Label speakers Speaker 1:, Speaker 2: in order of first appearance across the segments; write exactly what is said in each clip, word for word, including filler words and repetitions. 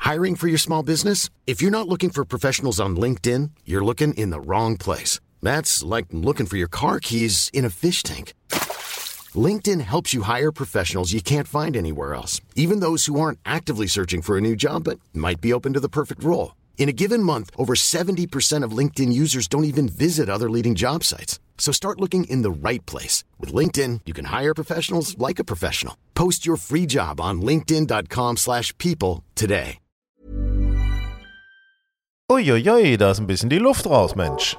Speaker 1: Hiring for your small business? If you're not looking for professionals on LinkedIn, you're looking in the wrong place. That's like looking for your car keys in a fish tank. LinkedIn helps you hire professionals you can't find anywhere else, even those who aren't actively searching for a new job but might be open to the perfect role. In a given month, over seventy percent of LinkedIn users don't even visit other leading job sites. So start looking in the right place. With LinkedIn, you can hire professionals like a professional. Post your free job on linkedin.com slash people today.
Speaker 2: Uiuiui, da ist ein bisschen die Luft raus, Mensch.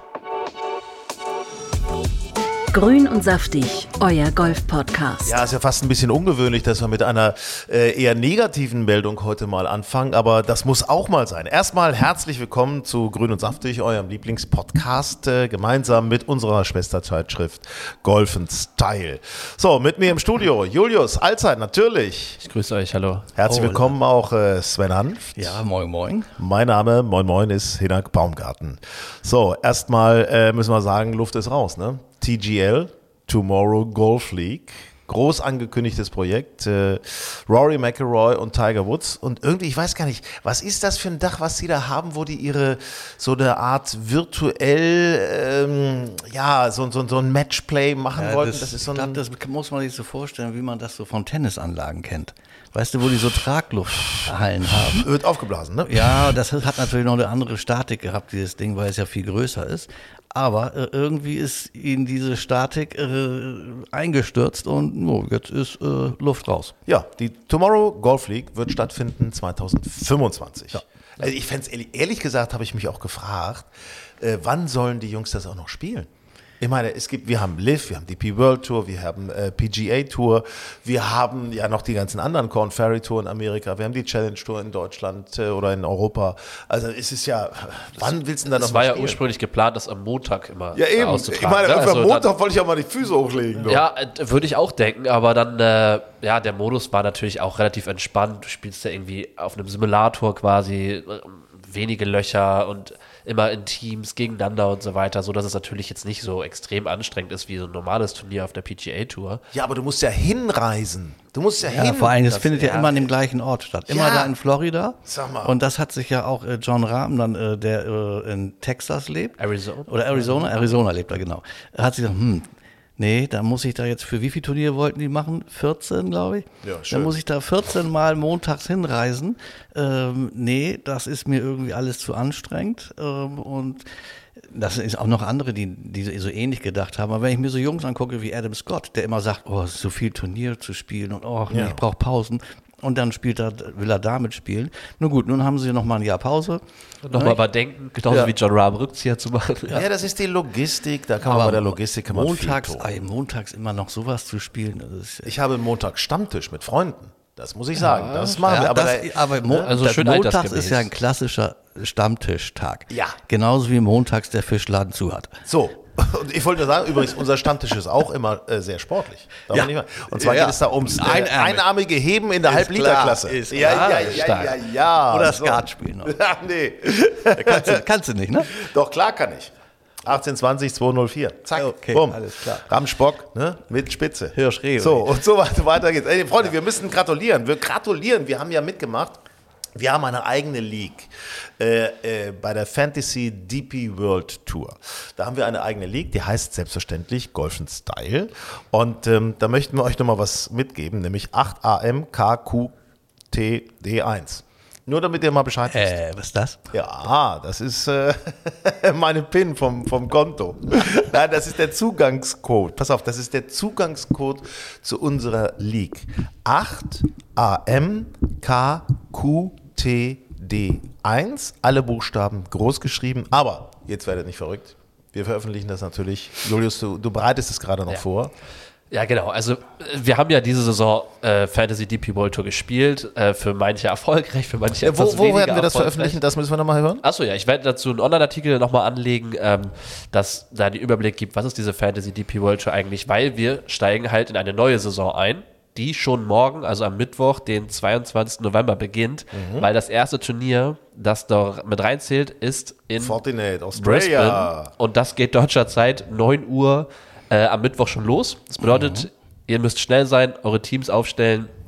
Speaker 3: Grün und saftig, euer Golf-Podcast.
Speaker 2: Ja, ist ja fast ein bisschen ungewöhnlich, dass wir mit einer äh, eher negativen Meldung heute mal anfangen, aber das muss auch mal sein. Erstmal herzlich willkommen zu Grün und saftig, eurem Lieblingspodcast, äh, gemeinsam mit unserer Schwesterzeitschrift Golf and Style. So, mit mir im Studio Julius Allzeit, natürlich.
Speaker 4: Ich grüße euch, hallo.
Speaker 2: Herzlich
Speaker 4: oh,
Speaker 2: willkommen auch äh, Sven Hanft.
Speaker 4: Ja, moin moin.
Speaker 2: Mein Name, moin moin, ist Hinak Baumgarten. So, erstmal äh, müssen wir sagen, Luft ist raus, ne? T G L, Tomorrow Golf League, groß angekündigtes Projekt, äh, Rory McIlroy und Tiger Woods und irgendwie, ich weiß gar nicht, was ist das für ein Dach, was sie da haben, wo die ihre, so eine Art virtuell, ähm, ja, so, so, so ein Matchplay machen ja, wollten.
Speaker 5: Das,
Speaker 2: das ist so
Speaker 5: ich glaube, das muss man sich so vorstellen, wie man das so von Tennisanlagen kennt. Weißt du, wo die so Traglufthallen haben?
Speaker 2: Wird aufgeblasen, ne?
Speaker 5: Ja, das hat natürlich noch eine andere Statik gehabt, dieses Ding, weil es ja viel größer ist. Aber äh, irgendwie ist ihnen diese Statik äh, eingestürzt und oh, jetzt ist äh, Luft raus.
Speaker 2: Ja, die Tomorrow Golf League wird stattfinden zwanzig fünfundzwanzig. Ja. Also ich fände es ehrlich, ehrlich gesagt, habe ich mich auch gefragt, äh, wann sollen die Jungs das auch noch spielen? Ich meine, es gibt, wir haben Liv, wir haben die D P World Tour, wir haben äh, P G A Tour, wir haben ja noch die ganzen anderen Korn Ferry Tour in Amerika, wir haben die Challenge Tour in Deutschland äh, oder in Europa. Also es ist ja, wann willst du denn da noch
Speaker 4: Das war ja
Speaker 2: spielen?
Speaker 4: ursprünglich geplant, das am Montag immer
Speaker 2: ja, eben.
Speaker 4: auszutragen.
Speaker 2: Ich meine,
Speaker 4: ne?
Speaker 2: also, am Montag
Speaker 4: dann,
Speaker 2: wollte ich auch mal die Füße hochlegen. Doch.
Speaker 4: Ja, äh, würde ich auch denken, aber dann, äh, ja, der Modus war natürlich auch relativ entspannt. Du spielst ja irgendwie auf einem Simulator quasi, äh, wenige Löcher und immer in Teams gegeneinander und so weiter, so dass es natürlich jetzt nicht so extrem anstrengend ist wie so ein normales Turnier auf der P G A Tour.
Speaker 2: Ja, aber du musst ja hinreisen. Du musst ja,
Speaker 5: ja
Speaker 2: hin.
Speaker 5: Vor allem, es
Speaker 2: das
Speaker 5: findet ja,
Speaker 2: ja
Speaker 5: immer an dem gleichen Ort statt. Immer
Speaker 2: ja.
Speaker 5: da in Florida.
Speaker 2: Sag mal.
Speaker 5: Und das hat sich ja auch äh, John Rahm, dann, äh, der äh, in Texas lebt.
Speaker 4: Arizona.
Speaker 5: Oder Arizona, Arizona lebt er, genau. Er hat sich gesagt, hm, nee, da muss ich da jetzt, für wie viele Turniere wollten die machen? vierzehn, glaube ich.
Speaker 2: Ja, schön.
Speaker 5: Dann muss ich da vierzehn Mal montags hinreisen. Ähm, nee, das ist mir irgendwie alles zu anstrengend. Ähm, und das ist auch noch andere, die, die so ähnlich gedacht haben. Aber wenn ich mir so Jungs angucke wie Adam Scott, der immer sagt, oh, es ist so viel Turnier zu spielen und oh, nee,
Speaker 2: ja.
Speaker 5: ich brauche Pausen. Und dann spielt er, will er damit spielen. Nun gut, nun haben sie noch mal ein Jahr Pause.
Speaker 4: Nochmal mal denken, genauso ja. wie John Rahm Rückzieher zu machen.
Speaker 2: Ja. ja, das ist die Logistik, da kann man
Speaker 5: Aber
Speaker 2: bei der Logistik kann man
Speaker 5: montags,
Speaker 2: viel tun.
Speaker 5: ey, montags immer noch sowas zu spielen. Das ist,
Speaker 2: ich habe Montag Stammtisch mit Freunden. Das muss ich sagen.
Speaker 5: Ja,
Speaker 2: das machen wir.
Speaker 5: ja,
Speaker 2: Aber,
Speaker 5: das,
Speaker 2: da,
Speaker 5: aber Mo
Speaker 4: also
Speaker 5: das
Speaker 4: schön
Speaker 5: montags
Speaker 4: altersgemäß.
Speaker 5: ist ja ein klassischer Stammtischtag.
Speaker 2: Ja.
Speaker 5: Genauso wie montags der Fischladen zu hat.
Speaker 2: So. Und ich wollte nur sagen, übrigens, unser Stammtisch ist auch immer äh, sehr sportlich.
Speaker 5: Ja.
Speaker 2: Nicht und zwar
Speaker 5: Ja.
Speaker 2: geht es da ums äh,
Speaker 5: Einarmig.
Speaker 2: einarmige Heben in der Halbliterklasse.
Speaker 5: Ist
Speaker 2: Ja,
Speaker 5: klar,
Speaker 2: ja,
Speaker 5: ist
Speaker 2: ja,
Speaker 4: stark.
Speaker 2: ja, ja.
Speaker 5: Oder
Speaker 2: so.
Speaker 5: Skat spielen noch.
Speaker 2: Ja, nee.
Speaker 5: kannst, du, kannst du nicht, ne?
Speaker 2: Doch, klar kann ich. achtzehn zwanzig zweihundertvier. Zack,
Speaker 5: Okay,
Speaker 2: bumm.
Speaker 5: alles klar.
Speaker 2: Ramspock, ne, mit Spitze.
Speaker 5: Hirschreh.
Speaker 2: So, und so weiter, weiter geht's. Ey, Freunde, wir müssen gratulieren. Wir gratulieren, wir haben ja mitgemacht. Wir haben eine eigene League äh, äh, bei der Fantasy D P World Tour. Da haben wir eine eigene League, die heißt selbstverständlich Golf and Style. Und ähm, da möchten wir euch nochmal was mitgeben, nämlich acht A M K Q T D eins. Nur damit ihr mal Bescheid wisst.
Speaker 5: Äh, was ist das?
Speaker 2: Ja, das ist äh, meine PIN vom, vom Konto. Nein, das ist der Zugangscode. Pass auf, das ist der Zugangscode zu unserer League. acht A M K Q T D eins. Alle Buchstaben groß geschrieben. Aber, jetzt werdet nicht verrückt. Wir veröffentlichen das natürlich. Julius, du, du bereitest es gerade noch
Speaker 4: Ja.
Speaker 2: vor.
Speaker 4: Ja, genau. Also wir haben ja diese Saison äh, Fantasy D P World Tour gespielt. Äh, für manche erfolgreich, für manche
Speaker 2: Ja,
Speaker 4: etwas
Speaker 2: wo wo
Speaker 4: weniger
Speaker 2: werden wir das
Speaker 4: erfolgreich.
Speaker 2: veröffentlichen? Das müssen wir nochmal hören.
Speaker 4: Achso, ja, ich werde dazu einen Online-Artikel nochmal anlegen, ähm, dass da den Überblick gibt, was ist diese Fantasy D P World Tour eigentlich, weil wir steigen halt in eine neue Saison ein, die schon morgen, also am Mittwoch, den zweiundzwanzigsten November beginnt, mhm. weil das erste Turnier, das da mit reinzählt, ist in
Speaker 2: Fortinet, Australia.
Speaker 4: Brisbane und das geht deutscher Zeit neun Uhr äh, am Mittwoch schon los. Das bedeutet, mhm. ihr müsst schnell sein, eure Teams aufstellen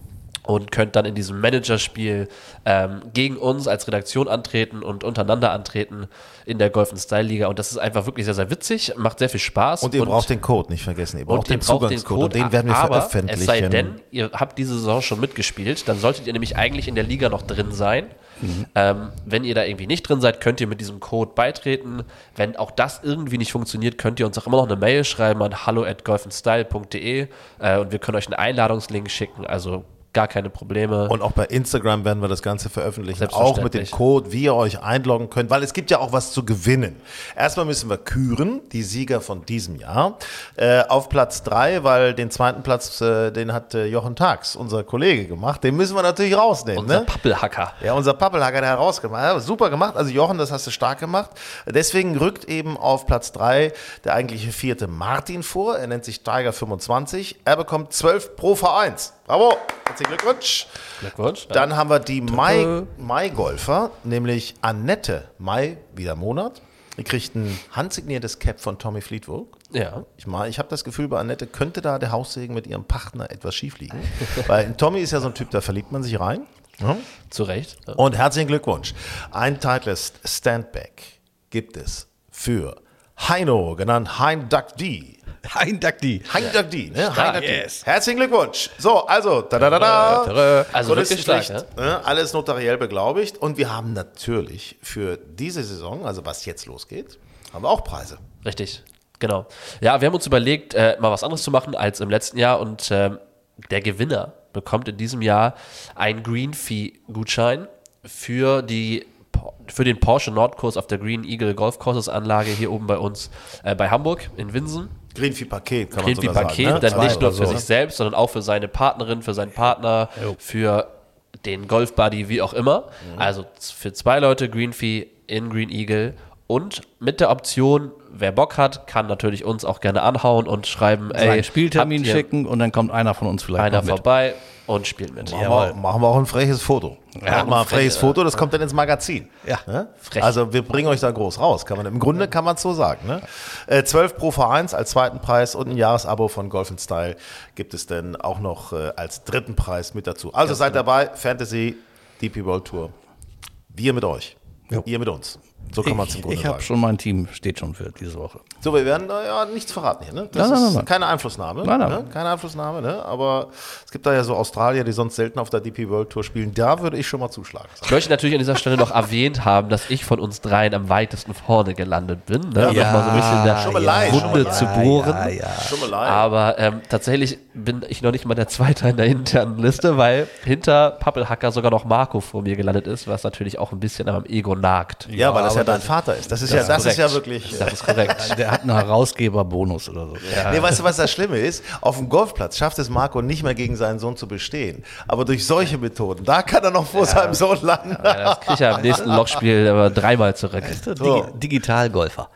Speaker 4: und könnt dann in diesem Managerspiel ähm, gegen uns als Redaktion antreten und untereinander antreten in der Golf and Style Liga. Und das ist einfach wirklich sehr, sehr witzig, macht sehr viel Spaß.
Speaker 2: Und ihr braucht den Code, nicht vergessen. Ihr braucht
Speaker 4: und
Speaker 2: den Zugangscode und den werden wir
Speaker 4: aber
Speaker 2: veröffentlichen.
Speaker 4: Es sei denn, ihr habt diese Saison schon mitgespielt, dann solltet ihr nämlich eigentlich in der Liga noch drin sein. Mhm. Ähm, wenn ihr da irgendwie nicht drin seid, könnt ihr mit diesem Code beitreten. Wenn auch das irgendwie nicht funktioniert, könnt ihr uns auch immer noch eine Mail schreiben an hallo at golfandstyle punkt de äh, und wir können euch einen Einladungslink schicken. Also gar keine Probleme.
Speaker 2: Und auch bei Instagram werden wir das Ganze veröffentlichen, auch mit dem Code, wie ihr euch einloggen könnt, weil es gibt ja auch was zu gewinnen. Erstmal müssen wir küren, die Sieger von diesem Jahr, äh, auf Platz drei, weil den zweiten Platz, äh, den hat äh, Jochen Tags, unser Kollege, gemacht. Den müssen wir natürlich rausnehmen.
Speaker 4: Unser
Speaker 2: ne?
Speaker 4: Pappelhacker.
Speaker 2: Ja, unser Pappelhacker, der herausgemacht hat. Super gemacht. Also Jochen, das hast du stark gemacht. Deswegen rückt eben auf Platz drei der eigentliche vierte Martin vor. Er nennt sich Tiger fünfundzwanzig. Er bekommt zwölf pro V eins. Bravo. Herzlichen Glückwunsch.
Speaker 4: Glückwunsch. Ja.
Speaker 2: Dann haben wir die Mai, Mai-Golfer, nämlich Annette Mai, wieder Monat. Die kriegt ein handsigniertes Cap von Tommy Fleetwood.
Speaker 4: Ja.
Speaker 2: Ich, ich habe das Gefühl, bei Annette könnte da der Haussegen mit ihrem Partner etwas schief liegen. Weil Tommy ist ja so ein Typ, da verliebt man sich rein. Ja.
Speaker 4: Zu Recht. Ja.
Speaker 2: Und herzlichen Glückwunsch. Ein Titleist Standback gibt es für Heino, genannt Hein Duck D.
Speaker 5: Hein Duck D.
Speaker 2: Hein Duck D, ne? Hein Duck D.
Speaker 5: Yes.
Speaker 2: Herzlichen Glückwunsch. So, also, da da da da.
Speaker 4: Also wirklich stark, ja?
Speaker 2: Ne? Alles notariell beglaubigt. Und wir haben natürlich für diese Saison, also was jetzt losgeht, haben wir auch Preise.
Speaker 4: Richtig, genau. Ja, wir haben uns überlegt, äh, mal was anderes zu machen als im letzten Jahr und äh, der Gewinner bekommt in diesem Jahr einen Green-Fee-Gutschein für die für den Porsche Nordkurs auf der Green Eagle Golf Courses Anlage hier oben bei uns äh, bei Hamburg in Winsen.
Speaker 2: Greenfee-Paket kann man sogar
Speaker 4: Greenfee-Paket,
Speaker 2: sagen. Ne?
Speaker 4: dann nicht nur für
Speaker 2: so.
Speaker 4: sich selbst, sondern auch für seine Partnerin, für seinen Partner,
Speaker 5: Jo.
Speaker 4: für den Golf-Buddy, wie auch immer. Mhm. Also für zwei Leute Greenfee in Green Eagle und mit der Option, wer Bock hat, kann natürlich uns auch gerne anhauen und schreiben, ey,
Speaker 5: Seinen Spieltermin
Speaker 4: habt ihr
Speaker 5: schicken und dann kommt einer von uns vielleicht
Speaker 4: einer
Speaker 5: noch mit.
Speaker 4: vorbei und spielt mit.
Speaker 2: Machen wir, machen wir auch ein freches Foto.
Speaker 5: Ja,
Speaker 2: machen wir ein freches
Speaker 4: frech,
Speaker 2: Foto, das kommt dann ins Magazin.
Speaker 5: Ja.
Speaker 2: Ne?
Speaker 4: Frech.
Speaker 2: Also wir bringen euch da groß raus. Kann man, im Grunde kann man es so sagen. Ne? Äh, zwölf pro V eins als zweiten Preis und ein Jahresabo von Golf and Style gibt es dann auch noch äh, als dritten Preis mit dazu. Also seid dabei, Fantasy, D P World Tour. Wir mit euch.
Speaker 5: Jo.
Speaker 2: Ihr mit uns. So kann man es im
Speaker 5: Ich,
Speaker 2: Grunde
Speaker 5: ich habe
Speaker 2: sagen.
Speaker 5: schon, mein Team steht schon für diese Woche.
Speaker 2: So, wir werden da ja nichts verraten hier, ne? Das
Speaker 5: Nein, nein,
Speaker 2: ist
Speaker 5: nein, nein.
Speaker 2: keine Einflussnahme.
Speaker 5: Nein, nein.
Speaker 2: Ne? Keine Einflussnahme, ne? Aber es gibt da ja so Australier, die sonst selten auf der D P World Tour spielen. Da würde ich schon mal zuschlagen.
Speaker 4: Ich möchte natürlich an dieser Stelle noch erwähnt haben, dass ich von uns dreien am weitesten vorne gelandet bin. Ne?
Speaker 2: Ja.
Speaker 4: Um noch mal so ein bisschen der
Speaker 2: Schon mal leid, schon mal
Speaker 4: Wunde
Speaker 2: leid.
Speaker 4: zu bohren.
Speaker 5: Ja, ja.
Speaker 2: Schon mal leid.
Speaker 4: Aber ähm, tatsächlich bin ich noch nicht mal der Zweite in der internen Liste, weil hinter Pappelhacker sogar noch Marco vor mir gelandet ist, was natürlich auch ein bisschen an meinem Ego nagt.
Speaker 2: Ja, weil das ja
Speaker 5: aber
Speaker 2: dein Vater ist. Das ist ja, das ist ja wirklich.
Speaker 4: Das ist korrekt.
Speaker 5: Der hat einen Herausgeberbonus oder so.
Speaker 4: Ja.
Speaker 2: Nee, weißt du, was das Schlimme ist? Auf dem Golfplatz schafft es Marco nicht mehr gegen seinen Sohn zu bestehen. Aber durch solche Methoden, da kann er noch vor seinem Sohn landen.
Speaker 4: Ja, das kriege ich ja im nächsten Lochspiel aber dreimal zurück.
Speaker 5: Digi Digitalgolfer.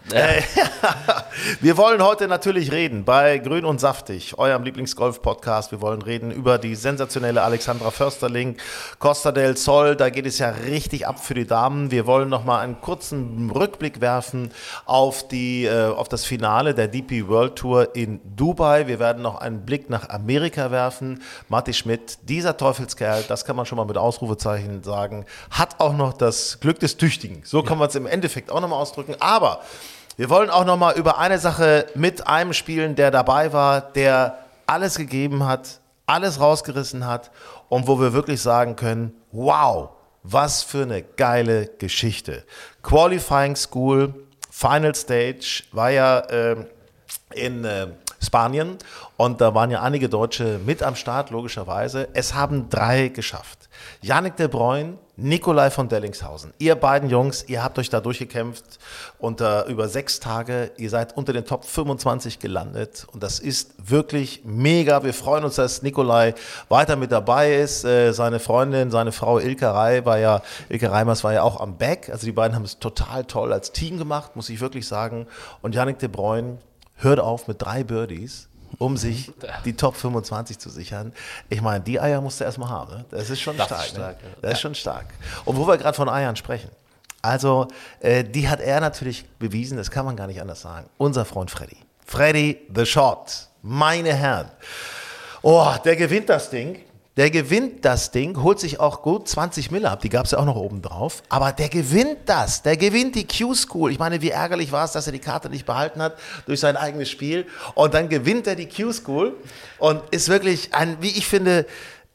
Speaker 2: Wir wollen heute natürlich reden bei Grün und Saftig, eurem Lieblingsgolf-Podcast. Wir wollen reden über die sensationelle Alexandra Försterling, Costa del Sol. Da geht es ja richtig ab für die Damen. Wir wollen noch mal einen kurzen Rückblick werfen auf, die, äh, auf das Finale der D P World Tour in Dubai. Wir werden noch einen Blick nach Amerika werfen. Matti Schmidt, dieser Teufelskerl, das kann man schon mal mit Ausrufezeichen sagen, hat auch noch das Glück des Tüchtigen. So kann man es im Endeffekt auch noch mal ausdrücken. Aber wir wollen auch noch mal über eine Sache mit einem spielen, der dabei war, der alles gegeben hat, alles rausgerissen hat und wo wir wirklich sagen können, wow, was für eine geile Geschichte. Qualifying School, Final Stage, war ja äh, in äh, Spanien und da waren ja einige Deutsche mit am Start, logischerweise. Es haben drei geschafft. Jannik de Bruyne, Nikolai von Dellingshausen. Ihr beiden Jungs, ihr habt euch da durchgekämpft unter über sechs Tage. Ihr seid unter den Top fünfundzwanzig gelandet und das ist wirklich mega. Wir freuen uns, dass Nikolai weiter mit dabei ist. Äh, seine Freundin, seine Frau Ilka Rei war ja, Ilka Reimers war ja auch am Back. Also die beiden haben es total toll als Team gemacht, muss ich wirklich sagen. Und Jannik de Bruyne hört auf mit drei Birdies, um sich die Top fünfundzwanzig zu sichern. Ich meine, die Eier musst du erstmal haben. Ne? Das ist schon
Speaker 4: Das
Speaker 2: stark.
Speaker 4: ist stark,
Speaker 2: ne?
Speaker 4: ja.
Speaker 2: Das ist schon stark. Und wo wir gerade von Eiern sprechen. Also, äh, die hat er natürlich bewiesen, das kann man gar nicht anders sagen. Unser Freund Freddy. Freddy the Shot. Meine Herren. Oh, der gewinnt das Ding. Der gewinnt das Ding, holt sich auch gut zwanzig Mille ab, die gab es ja auch noch oben drauf, aber der gewinnt das, der gewinnt die Q-School. Ich meine, wie ärgerlich war es, dass er die Karte nicht behalten hat durch sein eigenes Spiel und dann gewinnt er die Q-School und ist wirklich ein, wie ich finde,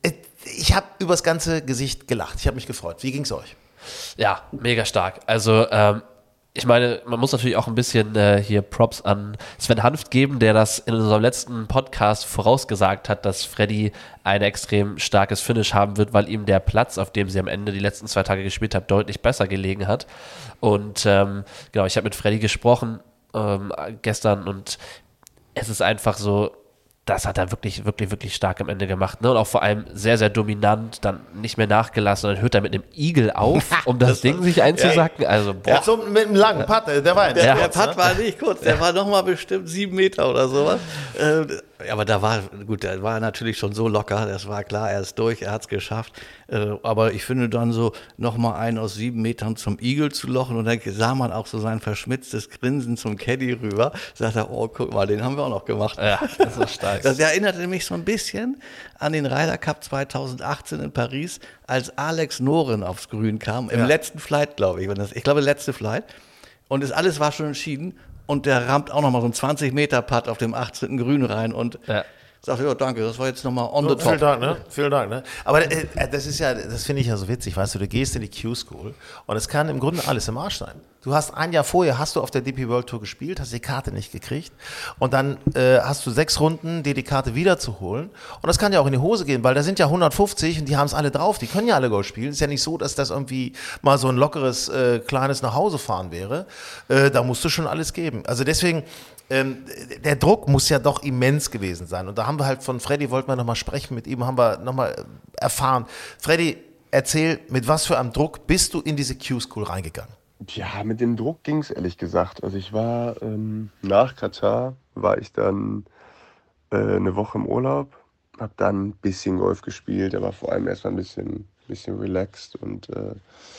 Speaker 2: ich habe übers ganze Gesicht gelacht, ich habe mich gefreut. Wie ging es euch?
Speaker 4: Ja, mega stark. Also ähm, ich meine, man muss natürlich auch ein bisschen äh, hier Props an Sven Hanft geben, der das in unserem letzten Podcast vorausgesagt hat, dass Freddy ein extrem starkes Finish haben wird, weil ihm der Platz, auf dem sie am Ende die letzten zwei Tage gespielt hat, deutlich besser gelegen hat. Und ähm, genau, ich habe mit Freddy gesprochen ähm, gestern und es ist einfach so, das hat er wirklich, wirklich, wirklich stark am Ende gemacht. Ne? Und auch vor allem sehr, sehr dominant, dann nicht mehr nachgelassen. Und dann hört er mit einem Igel auf, um das, das Ding sich einzusacken. Ja, also, boah.
Speaker 2: Ja, so mit einem langen Putt, der war
Speaker 5: Der,
Speaker 2: ja,
Speaker 5: der Putt ne? war nicht kurz, der ja. war nochmal bestimmt sieben Meter oder sowas. Äh, aber da war, gut, der war natürlich schon so locker, das war klar, er ist durch, er hat es geschafft. Äh, aber ich finde dann so, nochmal einen aus sieben Metern zum Igel zu lochen und dann sah man auch so sein verschmitztes Grinsen zum Caddy rüber. Sagt er, oh, guck mal, den haben wir auch noch gemacht.
Speaker 4: Ja, das ist stark.
Speaker 5: Das erinnerte mich so ein bisschen an den Ryder Cup zweitausendachtzehn in Paris, als Alex Noren aufs Grün kam, im ja. letzten Flight, glaube ich. Ich glaube, letzte Flight. Und das alles war schon entschieden. Und der rammt auch nochmal so einen zwanzig Meter Putt auf dem achtzehnten Grün rein und ja. sagt, ja, danke, das war jetzt nochmal on the top.
Speaker 2: Vielen Dank, ne? Vielen Dank, ne? Aber äh, das ist ja, das finde ich ja so witzig, weißt du, du gehst in die Q-School und es kann im Grunde alles im Arsch sein. Du hast ein Jahr vorher, hast du auf der D P World Tour gespielt, hast die Karte nicht gekriegt und dann äh, hast du sechs Runden, dir die Karte wiederzuholen und das kann ja auch in die Hose gehen, weil da sind ja hundertfünfzig und die haben es alle drauf, die können ja alle Golf spielen. Ist ja nicht so, dass das irgendwie mal so ein lockeres, äh, kleines Nachhausefahren wäre. Äh, da musst du schon alles geben. Also deswegen, ähm, der Druck muss ja doch immens gewesen sein und da haben wir halt von Freddy, wollten wir nochmal sprechen, mit ihm haben wir nochmal erfahren. Freddy, erzähl, mit was für einem Druck bist du in diese Q-School reingegangen?
Speaker 6: Ja, mit dem Druck ging es ehrlich gesagt. Also ich war ähm, nach Katar, war ich dann äh, eine Woche im Urlaub, habe dann ein bisschen Golf gespielt, aber vor allem erstmal ein bisschen, bisschen relaxed und äh,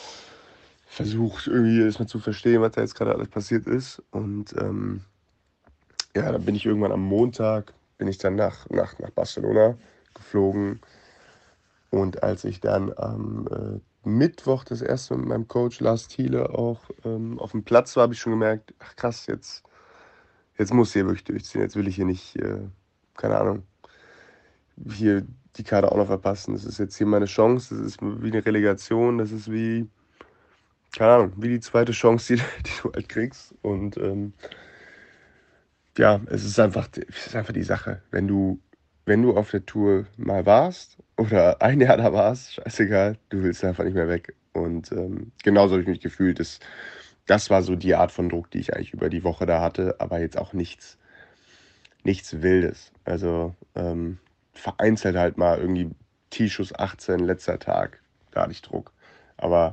Speaker 6: versucht irgendwie erstmal zu verstehen, was da jetzt gerade alles passiert ist. Und ähm, ja, dann bin ich irgendwann am Montag, bin ich dann nach, nach, nach Barcelona geflogen. Und als ich dann am äh, Mittwoch das erste Mal mit meinem Coach Lars Thiele auch ähm, auf dem Platz war, habe ich schon gemerkt, ach krass, jetzt, jetzt muss ich hier wirklich durchziehen. Jetzt will ich hier nicht, äh, keine Ahnung, hier die Karte auch noch verpassen. Das ist jetzt hier meine Chance, das ist wie eine Relegation, das ist wie, keine Ahnung, wie die zweite Chance, die, die du halt kriegst. Und ähm, ja, es ist einfach, es ist einfach die Sache, wenn du, wenn du auf der Tour mal warst oder ein Jahr da warst, scheißegal, du willst einfach nicht mehr weg. Und ähm, genauso habe ich mich gefühlt. Das, das war so die Art von Druck, die ich eigentlich über die Woche da hatte, aber jetzt auch nichts, nichts Wildes. Also ähm, vereinzelt halt mal irgendwie T-Schuss achtzehn, letzter Tag, da hatte ich Druck. Aber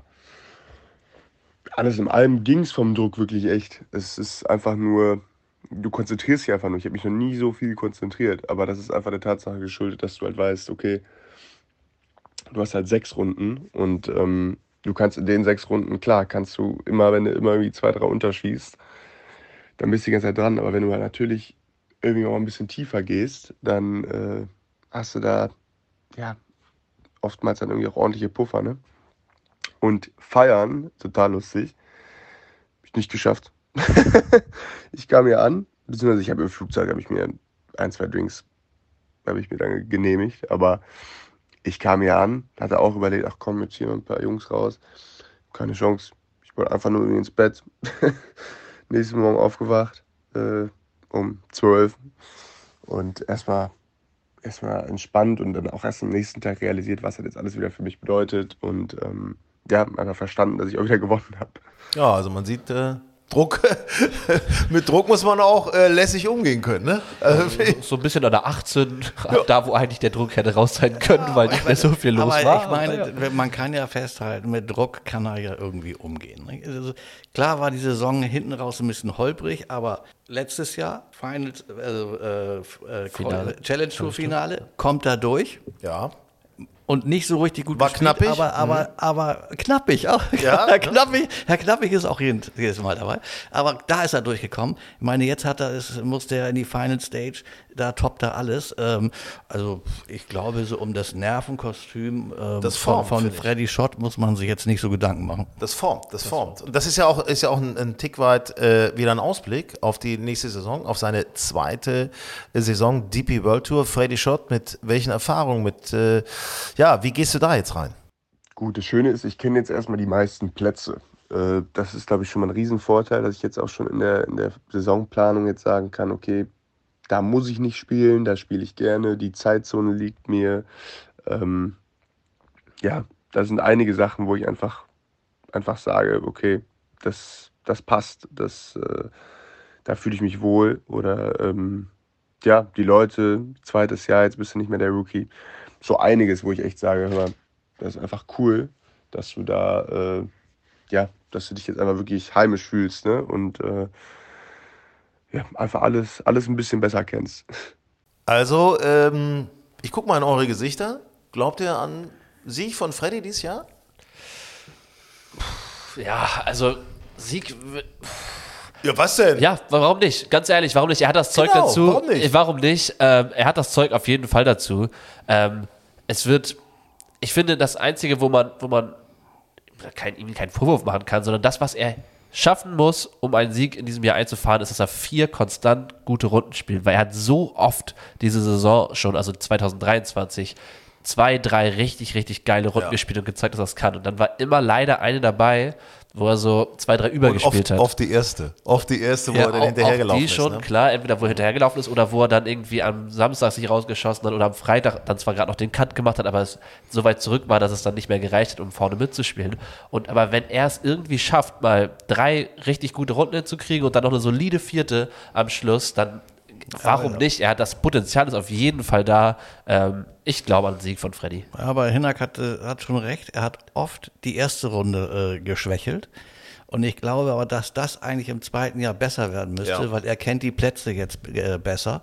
Speaker 6: alles in allem ging es vom Druck wirklich echt. Es ist einfach nur, du konzentrierst dich einfach nur. Ich habe mich noch nie so viel konzentriert, aber das ist einfach der Tatsache geschuldet, dass du halt weißt, okay, du hast halt sechs Runden und ähm, du kannst in den sechs Runden, klar, kannst du immer, wenn du immer irgendwie zwei, drei unterschießt, dann bist du die ganze Zeit dran. Aber wenn du halt natürlich irgendwie auch ein bisschen tiefer gehst, dann äh, hast du da, ja, oftmals dann irgendwie auch ordentliche Puffer, ne? Und feiern, total lustig, hab ich nicht geschafft. Ich kam hier an, beziehungsweise ich habe im Flugzeug, habe ich mir ein, zwei Drinks, habe ich mir dann genehmigt, aber ich kam hier an, hatte auch überlegt, ach komm, jetzt hier ein paar Jungs raus, keine Chance, ich wollte einfach nur ins Bett. Nächsten Morgen aufgewacht, äh, um zwölf und erstmal erstmal entspannt und dann auch erst am nächsten Tag realisiert, was das jetzt alles wieder für mich bedeutet und ähm, ja, einfach verstanden, dass ich auch wieder gewonnen habe.
Speaker 2: Ja, also man sieht, äh, Druck, mit Druck muss man auch äh, lässig umgehen können, ne? Also,
Speaker 4: so ein bisschen an der achtzehn, ja. Da wo eigentlich der Druck hätte raus sein können, ja, weil nicht mehr so viel los
Speaker 5: aber
Speaker 4: war.
Speaker 5: Ich meine, ja. Man kann ja festhalten, mit Druck kann er ja irgendwie umgehen. Ne? Also, klar war die Saison hinten raus ein bisschen holprig, aber letztes Jahr, Finals, also, äh, äh, Challenge Tour Finale, kommt da durch.
Speaker 2: Ja.
Speaker 5: und nicht so richtig gut
Speaker 2: War
Speaker 5: gespielt,
Speaker 2: knappig?
Speaker 5: aber, aber,
Speaker 2: Mhm.
Speaker 5: aber knappig auch.
Speaker 2: Ja,
Speaker 5: Herr, Knappig, Herr Knappig ist auch jeden- jedes Mal dabei. Aber da ist er durchgekommen. Ich meine, jetzt hat er, es musste er in die Final Stage, da toppt er alles. Ähm, also ich glaube, so um das Nervenkostüm ähm,
Speaker 2: Das
Speaker 5: von,
Speaker 2: formt,
Speaker 5: von
Speaker 2: finde ich.
Speaker 5: Freddy Schott muss man sich jetzt nicht so Gedanken machen.
Speaker 2: Das formt, das formt. Und das ist ja auch, ist ja auch ein, ein Tick weit äh, wieder ein Ausblick auf die nächste Saison, auf seine zweite äh, Saison D P World Tour. Freddy Schott, mit welchen Erfahrungen, mit, äh, ja, wie gehst du da jetzt rein?
Speaker 6: Gut, das Schöne ist, ich kenne jetzt erstmal die meisten Plätze. Äh, Das ist, glaube ich, schon mal ein Riesenvorteil, dass ich jetzt auch schon in der, in der Saisonplanung jetzt sagen kann, okay, da muss ich nicht spielen, da spiele ich gerne, die Zeitzone liegt mir. Ähm, ja, da sind einige Sachen, wo ich einfach, einfach sage, okay, das, das passt, das, äh, da fühle ich mich wohl. Oder ähm, ja, die Leute, zweites Jahr, jetzt bist du nicht mehr der Rookie. So einiges, wo ich echt sage, hör mal, das ist einfach cool, dass du da, äh, ja, dass du dich jetzt einfach wirklich heimisch fühlst, ne? Und äh, ja, einfach alles, alles ein bisschen besser kennst.
Speaker 2: Also, ähm, ich gucke mal in eure Gesichter. Glaubt ihr an Sieg von Freddy dieses Jahr?
Speaker 4: Ja, also Sieg.
Speaker 2: Ja, was denn?
Speaker 4: Ja, warum nicht? Ganz ehrlich, warum nicht? Er hat das Zeug
Speaker 2: Genau,
Speaker 4: dazu.
Speaker 2: warum nicht?
Speaker 4: Äh, Warum nicht? Ähm, er hat das Zeug auf jeden Fall dazu. Ähm, es wird, ich finde, das Einzige, wo man, wo man kein, ihm keinen Vorwurf machen kann, sondern das, was er schaffen muss, um einen Sieg in diesem Jahr einzufahren, ist, dass er vier konstant gute Runden spielt, weil er hat so oft diese Saison schon, also zwanzig dreiundzwanzig, zwei, drei richtig, richtig geile Runden
Speaker 2: Ja.
Speaker 4: gespielt und gezeigt, dass er es kann. Und dann war immer leider eine dabei, wo er so zwei, drei
Speaker 2: Und
Speaker 4: übergespielt
Speaker 2: oft,
Speaker 4: hat.
Speaker 2: oft die erste. Oft die erste, wo
Speaker 4: Ja,
Speaker 2: er dann
Speaker 4: auch-
Speaker 2: hinterhergelaufen
Speaker 4: auch die schon,
Speaker 2: ist. Ne?
Speaker 4: klar, entweder wo er hinterhergelaufen ist oder wo er dann irgendwie am Samstag sich rausgeschossen hat oder am Freitag dann zwar gerade noch den Cut gemacht hat, aber es so weit zurück war, dass es dann nicht mehr gereicht hat, um vorne mitzuspielen. Und aber wenn er es irgendwie schafft, mal drei richtig gute Runden hinzukriegen und dann noch eine solide vierte am Schluss, dann warum nicht? Er hat das Potenzial, ist auf jeden Fall da. Ähm, ich glaube an den Sieg von Freddy.
Speaker 5: Aber Hinak hat, äh, hat schon recht. Er hat oft die erste Runde äh, geschwächelt. Und ich glaube aber, dass das eigentlich im zweiten Jahr besser werden müsste,
Speaker 2: Ja.
Speaker 5: weil er kennt die Plätze jetzt äh, besser.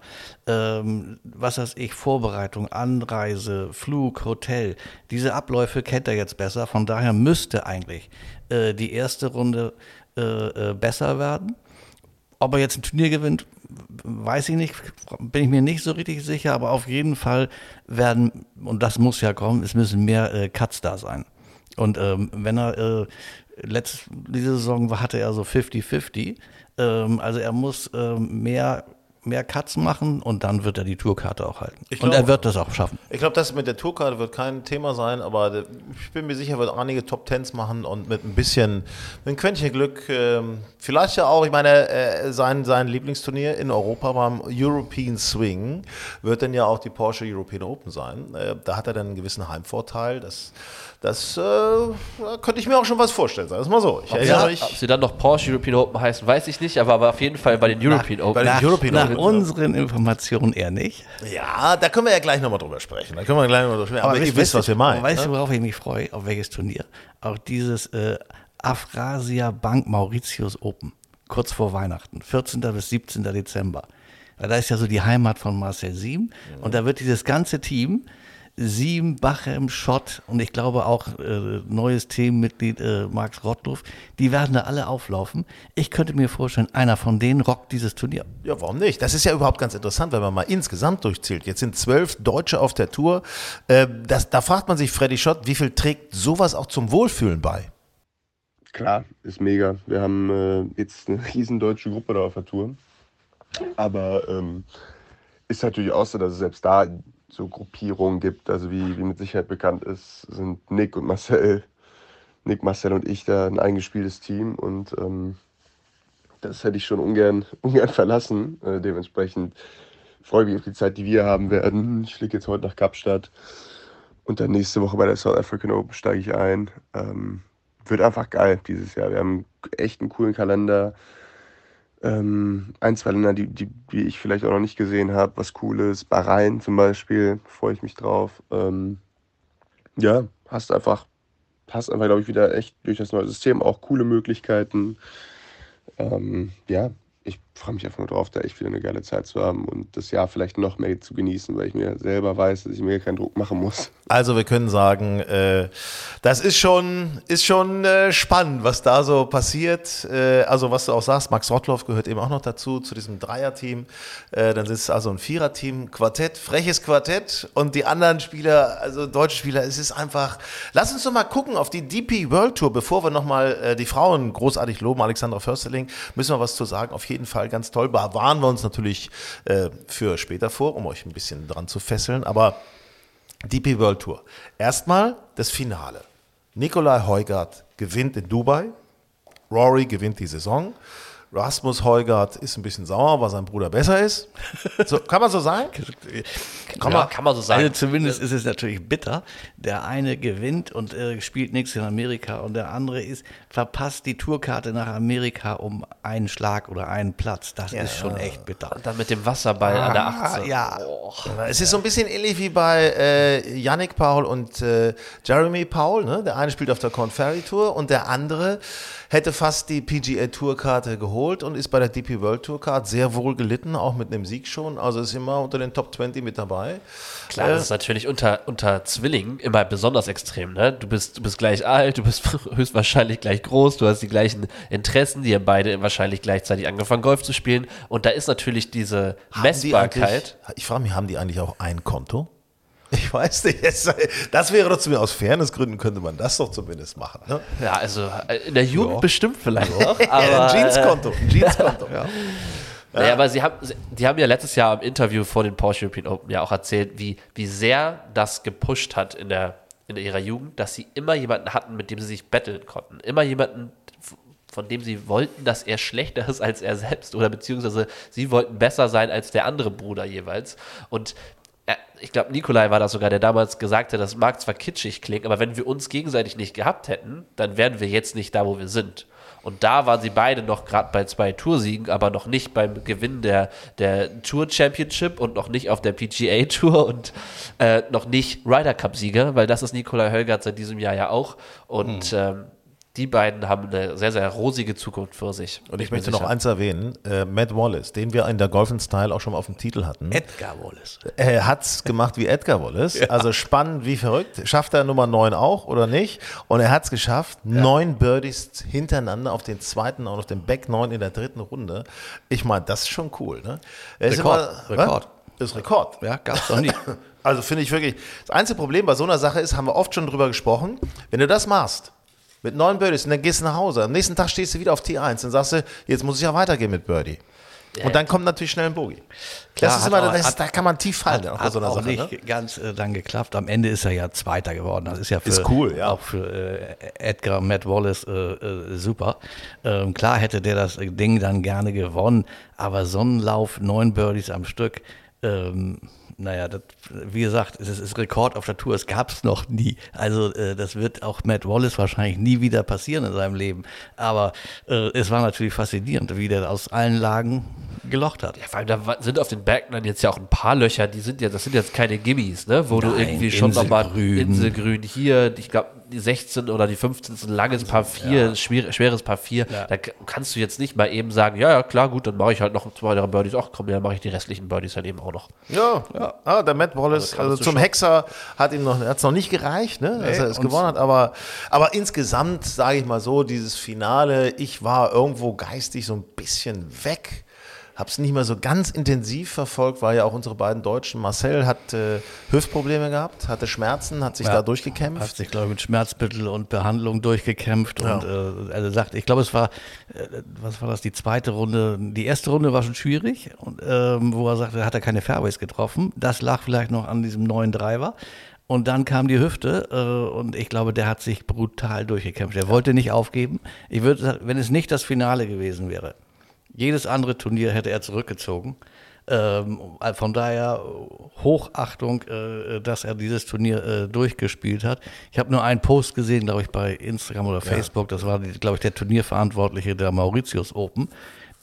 Speaker 5: Ähm, was weiß ich, Vorbereitung, Anreise, Flug, Hotel, diese Abläufe kennt er jetzt besser. Von daher müsste eigentlich äh, die erste Runde äh, äh, besser werden. Ob er jetzt ein Turnier gewinnt, weiß ich nicht, bin ich mir nicht so richtig sicher, aber auf jeden Fall werden, und das muss ja kommen, es müssen mehr äh, Cuts da sein. Und ähm, wenn er, äh, letzte diese Saison war, hatte er so fünfzig fünfzig, ähm, also er muss ähm, mehr, mehr Cuts machen und dann wird er die Tourkarte auch halten.
Speaker 2: Ich
Speaker 5: und er
Speaker 2: glaube-
Speaker 5: wird das auch schaffen.
Speaker 2: Ich glaube, das mit der Tourkarte wird kein Thema sein, aber ich bin mir sicher, er wird einige Top Tens machen und mit ein bisschen, mit ein Quäntchen Glück, ähm, vielleicht ja auch, ich meine, äh, sein, sein Lieblingsturnier in Europa beim European Swing wird dann ja auch die Porsche European Open sein. Äh, da hat er dann einen gewissen Heimvorteil. Das, das äh, da könnte ich mir auch schon was vorstellen, sagen wir es mal so. Ich erinnere
Speaker 4: Ja,
Speaker 2: mich,
Speaker 4: ob sie dann noch Porsche European Open heißen, weiß ich nicht, aber, aber auf jeden Fall bei den European Open.
Speaker 2: bei den
Speaker 5: Nach,
Speaker 2: European
Speaker 5: nach
Speaker 2: Open.
Speaker 5: unseren Informationen eher nicht.
Speaker 2: Ja, da können wir ja gleich nochmal drüber sprechen. Da können wir gleich noch drüber sprechen. Aber, ihr wisst, was wir meinen.
Speaker 5: Weißt
Speaker 2: ne?
Speaker 5: du, worauf ich mich freue? Auf welches Turnier? Auf dieses äh, Afrasia Bank Mauritius Open. Kurz vor Weihnachten. vierzehnten bis siebzehnten Dezember. Weil da ist ja so die Heimat von Marcel Siem. Und da wird dieses ganze Team, Siem, Bachem, Schott und ich glaube auch äh, neues Teammitglied äh, Max Rottluff, die werden da alle auflaufen. Ich könnte mir vorstellen, einer von denen rockt dieses Turnier.
Speaker 2: Ja, warum nicht? Das ist ja überhaupt ganz interessant, wenn man mal insgesamt durchzählt. Jetzt sind zwölf Deutsche auf der Tour. Äh, das, da fragt man sich, Freddy Schott, wie viel trägt sowas auch zum Wohlfühlen bei?
Speaker 6: Klar, ist mega. Wir haben äh, jetzt eine riesen deutsche Gruppe da auf der Tour. Aber ähm, ist natürlich auch so, dass es selbst da so Gruppierungen gibt. Also wie, wie mit Sicherheit bekannt ist, sind Nick und Marcel, Nick, Marcel und ich da ein eingespieltes Team. Und ähm, das hätte ich schon ungern, ungern verlassen. Äh, dementsprechend freue ich mich auf die Zeit, die wir haben werden. Ich fliege jetzt heute nach Kapstadt. Und dann nächste Woche bei der South African Open steige ich ein. Ähm, wird einfach geil dieses Jahr. Wir haben echt einen coolen Kalender. Ähm, ein, zwei Länder, die, die, die ich vielleicht auch noch nicht gesehen habe, was Cooles. Bahrain zum Beispiel, freue ich mich drauf. Ähm, ja, hast einfach, hast einfach, glaube ich, wieder echt durch das neue System auch coole Möglichkeiten. Ähm, ja, ich freue mich einfach nur drauf, da echt wieder eine geile Zeit zu haben und das Jahr vielleicht noch mehr zu genießen, weil ich mir selber weiß, dass ich mir keinen Druck machen muss.
Speaker 2: Also wir können sagen, äh, das ist schon, ist schon äh, spannend, was da so passiert. Äh, also was du auch sagst, Max Rottloff gehört eben auch noch dazu, zu diesem Dreier-Team. Äh, dann ist es also ein Vierer-Team, Quartett, freches Quartett und die anderen Spieler, also deutsche Spieler, es ist einfach, lass uns doch mal gucken auf die D P World Tour, bevor wir nochmal äh, die Frauen großartig loben, Alexandra Försterling, müssen wir was zu sagen, auf jeden Fall ganz toll, bewahren wir uns natürlich äh, für später vor, um euch ein bisschen dran zu fesseln, aber D P World Tour. Erstmal das Finale. Nicolai Højgaard gewinnt in Dubai. Rory gewinnt die Saison. Rasmus Højgaard ist ein bisschen sauer, weil sein Bruder besser ist. So, kann man so sagen?
Speaker 4: Kann, ja, man, kann man so sagen.
Speaker 5: Also zumindest ist es natürlich bitter. Der eine gewinnt und äh, spielt nichts in Amerika und der andere ist, verpasst die Tourkarte nach Amerika um einen Schlag oder einen Platz. Das ja, ist schon echt bitter.
Speaker 4: Und dann mit dem Wasserball ah, an der achtzehn.
Speaker 5: Ja.
Speaker 4: Oh.
Speaker 2: Es ist so ein bisschen ähnlich wie bei äh, Yannick Paul und äh, Jeremy Paul. Ne? Der eine spielt auf der Korn Ferry Tour und der andere hätte fast die P G A Tourkarte geholt und ist bei der D P World Tourcard sehr wohl gelitten, auch mit einem Sieg schon. Also ist immer unter den Top zwanzig mit dabei.
Speaker 4: Klar,
Speaker 2: äh,
Speaker 4: das ist natürlich unter, unter Zwillingen immer besonders extrem. Ne? Du bist, du bist gleich alt, du bist höchstwahrscheinlich gleich groß, du hast die gleichen Interessen, die haben beide wahrscheinlich gleichzeitig angefangen, Golf zu spielen. Und da ist natürlich diese Messbarkeit.
Speaker 2: Ich frage mich, haben die eigentlich auch ein Konto? Ich weiß nicht, das wäre doch zumindest aus Fairnessgründen, könnte man das doch zumindest machen. Ne?
Speaker 4: Ja, also in der Jugend
Speaker 2: ja.
Speaker 4: bestimmt vielleicht auch.
Speaker 2: Aber, ja, ein Jeanskonto, ein Jeanskonto. ja.
Speaker 4: Naja, aber sie haben, die haben ja letztes Jahr im Interview vor den Porsche European Open ja auch erzählt, wie, wie sehr das gepusht hat in, der, in ihrer Jugend, dass sie immer jemanden hatten, mit dem sie sich betteln konnten. Immer jemanden, von dem sie wollten, dass er schlechter ist als er selbst oder beziehungsweise sie wollten besser sein als der andere Bruder jeweils. Und ich glaube, Nicolai war das sogar, der damals gesagt hat, das mag zwar kitschig klingen, aber wenn wir uns gegenseitig nicht gehabt hätten, dann wären wir jetzt nicht da, wo wir sind. Und da waren sie beide noch gerade bei zwei Toursiegen, aber noch nicht beim Gewinn der, der Tour Championship und noch nicht auf der P G A Tour und äh, noch nicht Ryder Cup Sieger, weil das ist Nicolai Højgaard seit diesem Jahr ja auch. Und mhm. ähm, die beiden haben eine sehr, sehr rosige Zukunft für sich.
Speaker 2: Und ich möchte noch eins erwähnen, äh, Matt Wallace, den wir in der Golf in Style auch schon mal auf dem Titel hatten.
Speaker 5: Edgar Wallace.
Speaker 2: Er hat es gemacht wie Edgar Wallace, ja. Also spannend wie verrückt. Schafft er Nummer neun auch oder nicht? Und er hat es geschafft, ja. neun Birdies hintereinander auf den zweiten und auf dem Back neun in der dritten Runde. Ich meine, das ist schon cool. Ne? Er ist
Speaker 5: Rekord.
Speaker 2: Immer,
Speaker 5: Rekord.
Speaker 2: Das ist Rekord.
Speaker 5: Ja, gab es noch nie.
Speaker 2: Also finde ich wirklich, das einzige Problem bei so einer Sache ist, haben wir oft schon drüber gesprochen, wenn du das machst, mit neun Birdies und dann gehst du nach Hause. Am nächsten Tag stehst du wieder auf T eins. Dann sagst du, jetzt muss ich ja weitergehen mit Birdie. Ja. Und dann kommt natürlich schnell ein Bogey.
Speaker 5: Klar,
Speaker 2: das ist immer,
Speaker 5: auch,
Speaker 2: das,
Speaker 5: hat,
Speaker 2: da kann man tief fallen.
Speaker 5: Hat,
Speaker 2: auch
Speaker 5: hat
Speaker 2: so einer
Speaker 5: auch
Speaker 2: Sache,
Speaker 5: nicht
Speaker 2: ne?
Speaker 5: ganz äh, dann geklappt. Am Ende ist er ja Zweiter geworden. Das ist ja für,
Speaker 2: ist cool, ja.
Speaker 5: auch für äh, Edgar Matt Wallace äh, äh, super. Ähm, klar hätte der das Ding dann gerne gewonnen, aber so ein Lauf, neun Birdies am Stück, ähm, naja, das, wie gesagt, es ist Rekord auf der Tour, es gab es noch nie. Also äh, das wird auch Matt Wallace wahrscheinlich nie wieder passieren in seinem Leben. Aber äh, es war natürlich faszinierend, wie der aus allen Lagen gelocht hat.
Speaker 4: Ja, vor allem da sind auf den Bergen dann jetzt ja auch ein paar Löcher, die sind ja, das sind jetzt keine Gimmis, ne? Wo
Speaker 5: Nein,
Speaker 4: du irgendwie schon nochmal
Speaker 5: Inselgrün.
Speaker 4: Inselgrün hier, ich glaube die sechzehn oder die fünfzehn ist ein langes Par vier,
Speaker 5: Ja.
Speaker 4: schwer, schweres Par vier.
Speaker 5: Ja.
Speaker 4: Da kannst du jetzt nicht mal eben sagen, ja, ja, klar, gut, dann mache ich halt noch zwei weitere Birdies. Ach komm, dann mache ich die restlichen Birdies halt eben auch noch.
Speaker 2: Ja, ja. Ah, der Matt Wallace,
Speaker 4: Also
Speaker 2: also,
Speaker 4: kannst du
Speaker 2: zum
Speaker 4: schon-
Speaker 2: Hexer hat ihm noch, hat's noch nicht gereicht, ne, dass
Speaker 5: Nee,
Speaker 2: er es
Speaker 5: und-
Speaker 2: gewonnen hat, aber, aber insgesamt, sage ich mal so, dieses Finale, ich war irgendwo geistig so ein bisschen weg. Hab's nicht mehr so ganz intensiv verfolgt, weil ja auch unsere beiden Deutschen, Marcel hat äh, Hüftprobleme gehabt, hatte Schmerzen, hat sich
Speaker 5: Ja.
Speaker 2: da durchgekämpft.
Speaker 5: Hat sich, glaube ich, mit Schmerzmittel und Behandlung durchgekämpft.
Speaker 2: Ja.
Speaker 5: Und äh, also sagt, ich glaube, es war, äh, was war das, die zweite Runde, die erste Runde war schon schwierig, und, ähm, wo er sagte, hat er keine Fairways getroffen. Das lag vielleicht noch an diesem neuen Driver. Und dann kam die Hüfte äh, und ich glaube, der hat sich brutal durchgekämpft. Er wollte nicht aufgeben. Ich würde sagen, wenn es nicht das Finale gewesen wäre, jedes andere Turnier hätte er zurückgezogen. Ähm, von daher Hochachtung, äh, dass er dieses Turnier äh, durchgespielt hat. Ich habe nur einen Post gesehen, glaube ich, bei Instagram oder Facebook. Das war, glaube ich, der Turnierverantwortliche der Mauritius Open.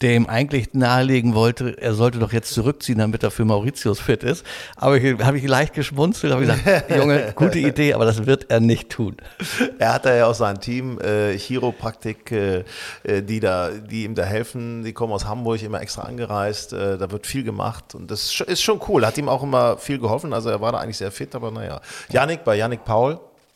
Speaker 5: der ihm eigentlich nahelegen wollte, er sollte doch jetzt zurückziehen, damit er für Mauritius fit ist. Aber ich habe ich leicht geschmunzelt, habe gesagt, Junge, gute Idee, aber das wird er nicht tun.
Speaker 2: Er hat da ja auch sein Team, äh, Chiropraktik, äh, die, da, die ihm da helfen. Die kommen aus Hamburg, immer extra angereist. Äh, da wird viel gemacht und das ist schon cool. Hat ihm auch immer viel geholfen. Also er war da eigentlich sehr fit, aber naja. Yannick, bei Yannick Paul,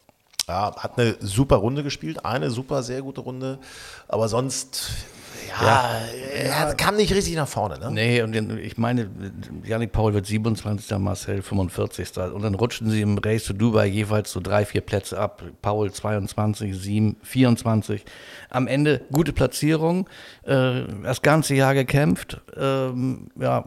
Speaker 2: ja, hat eine super Runde gespielt. Eine super, sehr gute Runde. Aber sonst... Ja, ja, er kam nicht richtig nach vorne, ne?
Speaker 5: Nee, und den, ich meine, Yannick Paul wird siebenundzwanzigster, Marcel fünfundvierzigster Und dann rutschen sie im Race to Dubai jeweils so drei, vier Plätze ab. Paul zweiundzwanzig, Siem vierundzwanzig. Am Ende gute Platzierung, äh, das ganze Jahr gekämpft. Ähm, ja,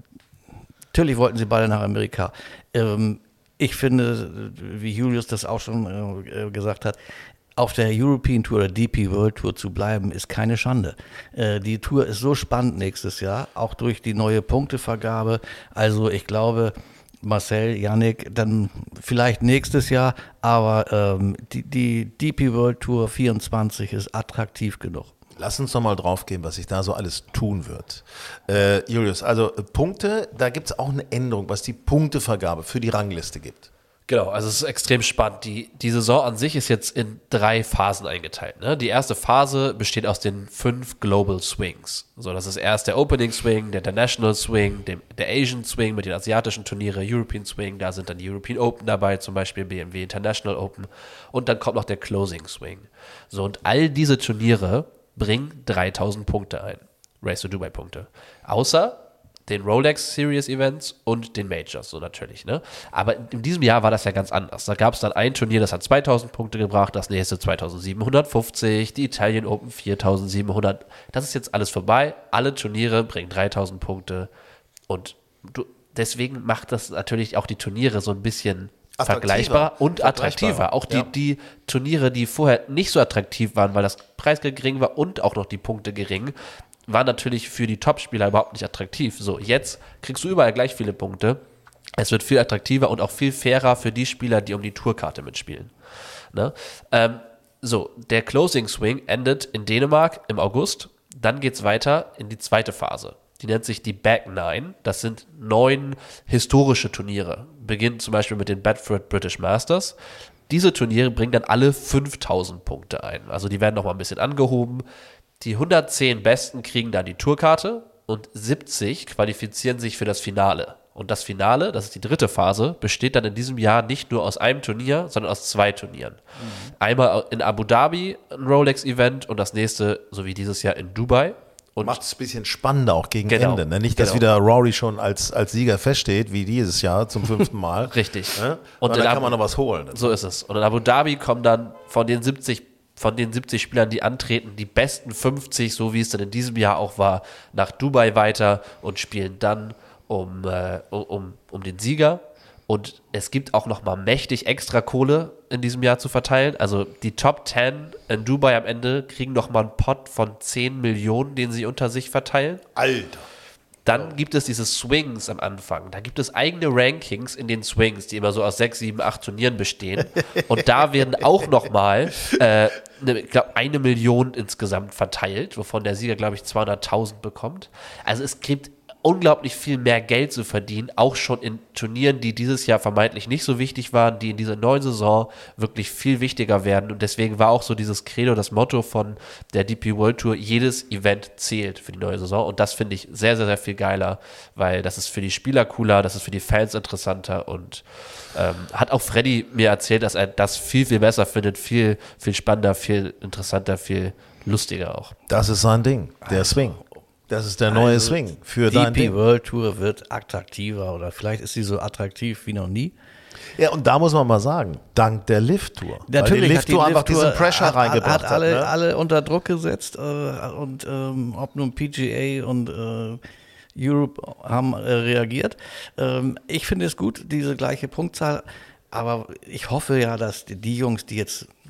Speaker 5: natürlich wollten sie beide nach Amerika. Ähm, ich finde, wie Julius das auch schon äh, gesagt hat, auf der European Tour oder D P World Tour zu bleiben, ist keine Schande. Äh, die Tour ist so spannend nächstes Jahr, auch durch die neue Punktevergabe. Also ich glaube, Marcel, Yannick, dann vielleicht nächstes Jahr, aber ähm, die, die D P World Tour vierundzwanzig ist attraktiv genug.
Speaker 2: Lass uns noch mal drauf gehen, was sich da so alles tun wird. Äh, Julius, also äh, Punkte, da gibt es auch eine Änderung, was die Punktevergabe für die Rangliste gibt.
Speaker 4: Genau, also es ist extrem spannend. Die, die Saison an sich ist jetzt in drei Phasen eingeteilt. Ne? Die erste Phase besteht aus den fünf Global Swings. So, das ist erst der Opening Swing, der International Swing, dem, der Asian Swing mit den asiatischen Turniere, European Swing, da sind dann die European Open dabei, zum Beispiel B M W International Open. Und dann kommt noch der Closing Swing. So, und all diese Turniere bringen dreitausend Punkte ein. Race to Dubai Punkte. Außer den Rolex Series Events und den Majors, so natürlich, ne? Aber in diesem Jahr war das ja ganz anders. Da gab es dann ein Turnier, das hat zweitausend Punkte gebracht, das nächste zweitausendsiebenhundertfünfzig, die Italien Open viertausendsiebenhundert. Das ist jetzt alles vorbei. Alle Turniere bringen dreitausend Punkte und du, deswegen macht das natürlich auch die Turniere so ein bisschen vergleichbarer und attraktiver. Auch die, ja. die Turniere, die vorher nicht so attraktiv waren, weil das Preisgeld gering war und auch noch die Punkte gering, war natürlich für die Topspieler überhaupt nicht attraktiv. So, jetzt kriegst du überall gleich viele Punkte. Es wird viel attraktiver und auch viel fairer für die Spieler, die um die Tourkarte mitspielen. Ne? Ähm, so, der Closing Swing endet in Dänemark im August. Dann geht es weiter in die zweite Phase. Die nennt sich die Back Nine. Das sind neun historische Turniere. Beginnt zum Beispiel mit den Bedford British Masters. Diese Turniere bringen dann alle fünftausend Punkte ein. Also die werden nochmal ein bisschen angehoben. Die hundertzehn Besten kriegen dann die Tourkarte und siebzig qualifizieren sich für das Finale. Und das Finale, das ist die dritte Phase, besteht dann in diesem Jahr nicht nur aus einem Turnier, sondern aus zwei Turnieren. Mhm. Einmal in Abu Dhabi ein Rolex-Event und das nächste, so wie dieses Jahr, in Dubai. Und
Speaker 2: macht es ein bisschen spannender auch gegen
Speaker 4: genau,
Speaker 2: Ende. Ne? Nicht, dass genau. wieder Rory schon als, als Sieger feststeht, wie dieses Jahr zum fünften Mal.
Speaker 4: Richtig.
Speaker 2: Ne? Und, und dann Abu- kann man noch was holen.
Speaker 4: So ist es. Und in Abu Dhabi kommen dann von den siebzig von den siebzig Spielern, die antreten, die besten fünfzig, so wie es dann in diesem Jahr auch war, nach Dubai weiter und spielen dann um, äh, um, um den Sieger. Und es gibt auch nochmal mächtig extra Kohle in diesem Jahr zu verteilen. Also die Top zehn in Dubai am Ende kriegen nochmal einen Pot von zehn Millionen, den sie unter sich verteilen.
Speaker 2: Alter!
Speaker 4: Dann gibt es diese Swings am Anfang. Da gibt es eigene Rankings in den Swings, die immer so aus sechs, sieben, acht Turnieren bestehen. Und da werden auch nochmal, äh, ne, ich glaube, eine Million insgesamt verteilt, wovon der Sieger, glaube ich, zweihunderttausend bekommt. Also es gibt unglaublich viel mehr Geld zu verdienen, auch schon in Turnieren, die dieses Jahr vermeintlich nicht so wichtig waren, die in dieser neuen Saison wirklich viel wichtiger werden. Und deswegen war auch so dieses Credo, das Motto von der D P World Tour, jedes Event zählt für die neue Saison. Und das finde ich sehr, sehr, sehr viel geiler, weil das ist für die Spieler cooler, das ist für die Fans interessanter und ähm, hat auch Freddy mir erzählt, dass er das viel, viel besser findet, viel, viel spannender, viel interessanter, viel lustiger auch.
Speaker 2: Das ist sein Ding, der also. Swing. Das ist der neue also Swing für dein Ding.
Speaker 5: Die D P World Tour wird attraktiver oder vielleicht ist sie so attraktiv wie noch nie.
Speaker 2: Ja, und da muss man mal sagen, dank der Lift Tour.
Speaker 5: Natürlich
Speaker 2: weil die
Speaker 5: Lift Tour
Speaker 2: einfach diesen Pressure
Speaker 5: hat,
Speaker 2: reingebracht
Speaker 5: hat alle,
Speaker 2: hat. Ne?
Speaker 5: alle unter Druck gesetzt äh, und ähm, ob nun P G A und äh, Europe haben äh, reagiert. Ähm, ich finde es gut, diese gleiche Punktzahl, aber ich hoffe ja, dass die, die Jungs, die jetzt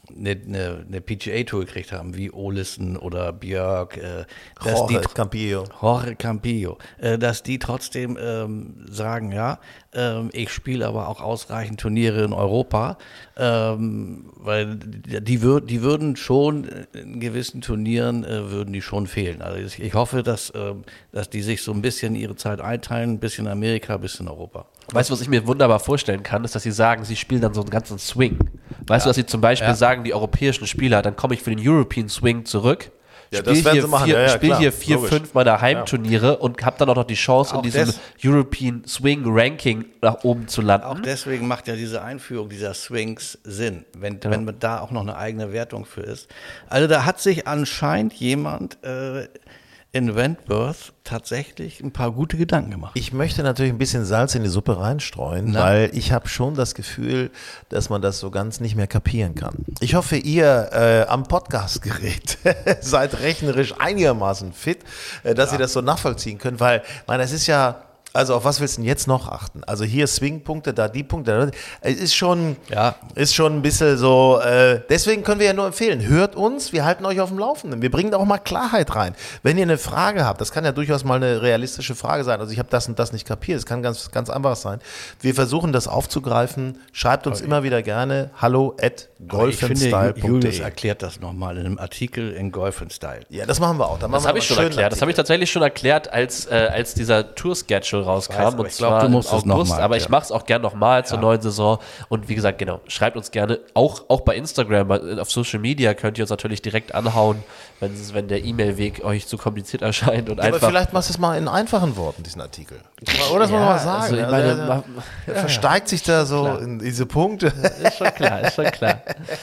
Speaker 5: eine, eine, eine P G A-Tour gekriegt haben, wie Olesen oder Björk, äh, dass
Speaker 2: Jorge
Speaker 5: die,
Speaker 2: Campillo.
Speaker 5: Jorge Campillo, äh, dass die trotzdem ähm, sagen, ja, ähm, ich spiele aber auch ausreichend Turniere in Europa, ähm, weil die, die, würd, die würden schon in gewissen Turnieren, äh, würden die schon fehlen. Also ich, ich hoffe, dass, äh, dass die sich so ein bisschen ihre Zeit einteilen, ein bisschen Amerika, ein bisschen Europa.
Speaker 4: Weißt du, was ich mir wunderbar vorstellen kann, ist, dass sie sagen, sie spielen dann so einen ganzen Swing. Weißt
Speaker 5: Ja.
Speaker 4: du, dass sie zum Beispiel
Speaker 5: Ja.
Speaker 4: sagen, die europäischen Spieler, dann komme ich für den European Swing zurück,
Speaker 2: Ja,
Speaker 4: spiele
Speaker 2: das werden
Speaker 4: hier,
Speaker 2: sie machen.
Speaker 4: vier,
Speaker 2: Ja, ja,
Speaker 4: spiel
Speaker 2: klar.
Speaker 4: hier vier,
Speaker 2: Logisch.
Speaker 4: fünf meiner Heimturniere und habe dann auch noch die Chance,
Speaker 5: Auch
Speaker 4: in diesem
Speaker 5: das-
Speaker 4: European Swing Ranking nach oben zu landen.
Speaker 5: Auch deswegen macht ja diese Einführung dieser Swings Sinn, wenn,
Speaker 4: Ja.
Speaker 5: wenn da auch noch eine eigene Wertung für ist. Also da hat sich anscheinend jemand äh, in Wentworth tatsächlich ein paar gute Gedanken gemacht.
Speaker 2: Ich möchte natürlich ein bisschen Salz in die Suppe reinstreuen,
Speaker 5: Na?
Speaker 2: weil ich habe schon das Gefühl, dass man das so ganz nicht mehr kapieren kann. Ich hoffe, ihr äh, am Podcastgerät seid rechnerisch einigermaßen fit, äh, dass ihr das so nachvollziehen könnt, weil, ich meine, es ist ja, also auf was willst du denn jetzt noch achten? Also hier Swing-Punkte, da die Punkte, da, es ist schon,
Speaker 5: Ja.
Speaker 2: ist schon ein bisschen so, äh, deswegen können wir ja nur empfehlen, hört uns, wir halten euch auf dem Laufenden, wir bringen da auch mal Klarheit rein. Wenn ihr eine Frage habt, das kann ja durchaus mal eine realistische Frage sein, also ich habe das und das nicht kapiert, es kann ganz, ganz einfach sein. Wir versuchen das aufzugreifen, schreibt uns immer wieder gerne, hallo at
Speaker 5: Aber ich finde,
Speaker 2: golfandstyle
Speaker 5: Ju- Julius
Speaker 2: punkt de.
Speaker 5: erklärt das nochmal in einem Artikel in Golf and Style.
Speaker 2: Ja, das machen wir auch. Da machen
Speaker 4: Das
Speaker 2: wir
Speaker 4: habe ich
Speaker 2: mal
Speaker 4: schon
Speaker 2: einen
Speaker 4: erklärt.
Speaker 2: schönen
Speaker 4: Das habe ich
Speaker 2: Artikel.
Speaker 4: tatsächlich schon erklärt, als, äh, als dieser Tour-Schedule rauskam.
Speaker 5: weiß, aber
Speaker 4: und
Speaker 5: ich glaub,
Speaker 4: zwar
Speaker 5: du musst
Speaker 4: im
Speaker 5: es noch
Speaker 4: August.
Speaker 5: mal
Speaker 4: Aber ich
Speaker 5: erklären.
Speaker 4: mache es auch gern nochmal zur neuen Saison. Und wie gesagt, genau, schreibt uns gerne. Auch, auch bei Instagram, bei- auf Social Media könnt ihr uns natürlich direkt anhauen, wenn, es- wenn der E-Mail-Weg euch zu kompliziert erscheint. Und
Speaker 2: Ja, aber
Speaker 4: einfach.
Speaker 2: vielleicht machst du es mal in einfachen Worten, diesen Artikel. Oder das muss man mal sagen.
Speaker 4: also ich
Speaker 2: Also,
Speaker 4: meine,
Speaker 2: er-
Speaker 4: ma-
Speaker 2: er versteigt sich da so
Speaker 4: klar.
Speaker 2: in diese Punkte.
Speaker 4: ist schon klar, ist schon klar.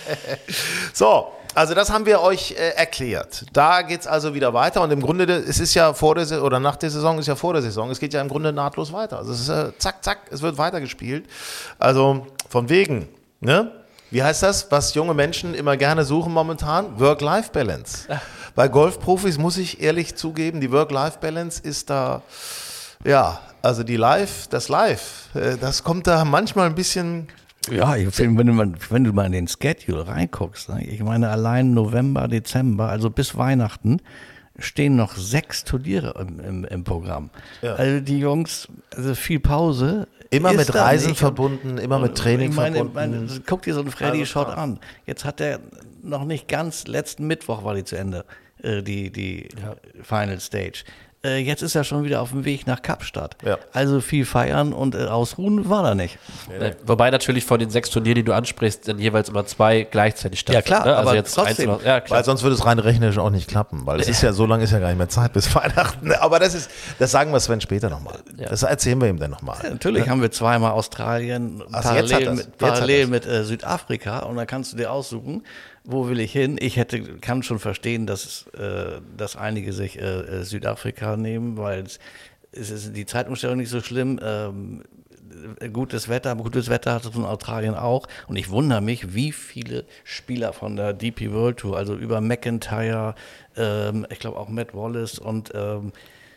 Speaker 2: So, also das haben wir euch äh, erklärt. Da geht es also wieder weiter und im Grunde, es ist ja vor der Saison, oder nach der Saison ist ja vor der Saison, es geht ja im Grunde nahtlos weiter. Also es ist äh, zack, zack, es wird weitergespielt. Also von wegen, ne? Wie heißt das, was junge Menschen immer gerne suchen momentan? Work-Life-Balance. Bei Golfprofis muss ich ehrlich zugeben, die Work-Life-Balance ist da, ja, also die Life, das Life, äh, das kommt da manchmal ein bisschen.
Speaker 5: Ja, ich finde, wenn du mal, wenn du mal in den Schedule reinguckst, ne, ich meine, allein November, Dezember, also bis Weihnachten, stehen noch sechs Turniere im, im, im Programm.
Speaker 2: Ja.
Speaker 5: Also die Jungs, also viel Pause.
Speaker 2: Immer
Speaker 5: ist
Speaker 2: mit
Speaker 5: da
Speaker 2: Reisen
Speaker 5: nicht.
Speaker 2: verbunden, immer mit
Speaker 5: Und
Speaker 2: Training
Speaker 5: ich meine,
Speaker 2: verbunden.
Speaker 5: meine, guck dir so einen Freddy
Speaker 2: Also
Speaker 5: Shot
Speaker 2: krass.
Speaker 5: an. Jetzt hat er noch nicht ganz, letzten Mittwoch war die zu Ende, äh, die, die Final Stage. Äh, jetzt ist er schon wieder auf dem Weg nach Kapstadt.
Speaker 2: Ja.
Speaker 5: Also viel feiern und äh, ausruhen war da nicht.
Speaker 4: Äh, Wobei natürlich von den sechs Turnieren, die du ansprichst, dann jeweils immer zwei gleichzeitig stattfinden.
Speaker 5: klar,
Speaker 4: ne? Also
Speaker 5: aber
Speaker 4: jetzt
Speaker 5: trotzdem.
Speaker 4: eins oder- ja, klar.
Speaker 2: Weil sonst würde es rein rechnerisch auch nicht klappen, weil es ist ja so lange ist ja gar nicht mehr Zeit bis Weihnachten. Aber das ist, das sagen wir Sven später nochmal. Das erzählen wir ihm dann nochmal.
Speaker 5: Natürlich haben wir zweimal Australien
Speaker 2: Also jetzt hat
Speaker 5: parallel,
Speaker 2: er's.
Speaker 5: mit,
Speaker 2: Jetzt
Speaker 5: parallel
Speaker 2: hat
Speaker 5: mit äh, Südafrika und dann kannst du dir aussuchen, wo will ich hin. Ich hätte, kann schon verstehen, dass, äh, dass einige sich äh, äh, Südafrika nehmen, weil es, es ist die Zeitumstellung nicht so schlimm. Ähm, gutes Wetter, gutes Wetter hat es in Australien auch. Und ich wundere mich, wie viele Spieler von der D P World Tour, also über McIntyre, ähm, ich glaube auch Matt Wallace und ähm,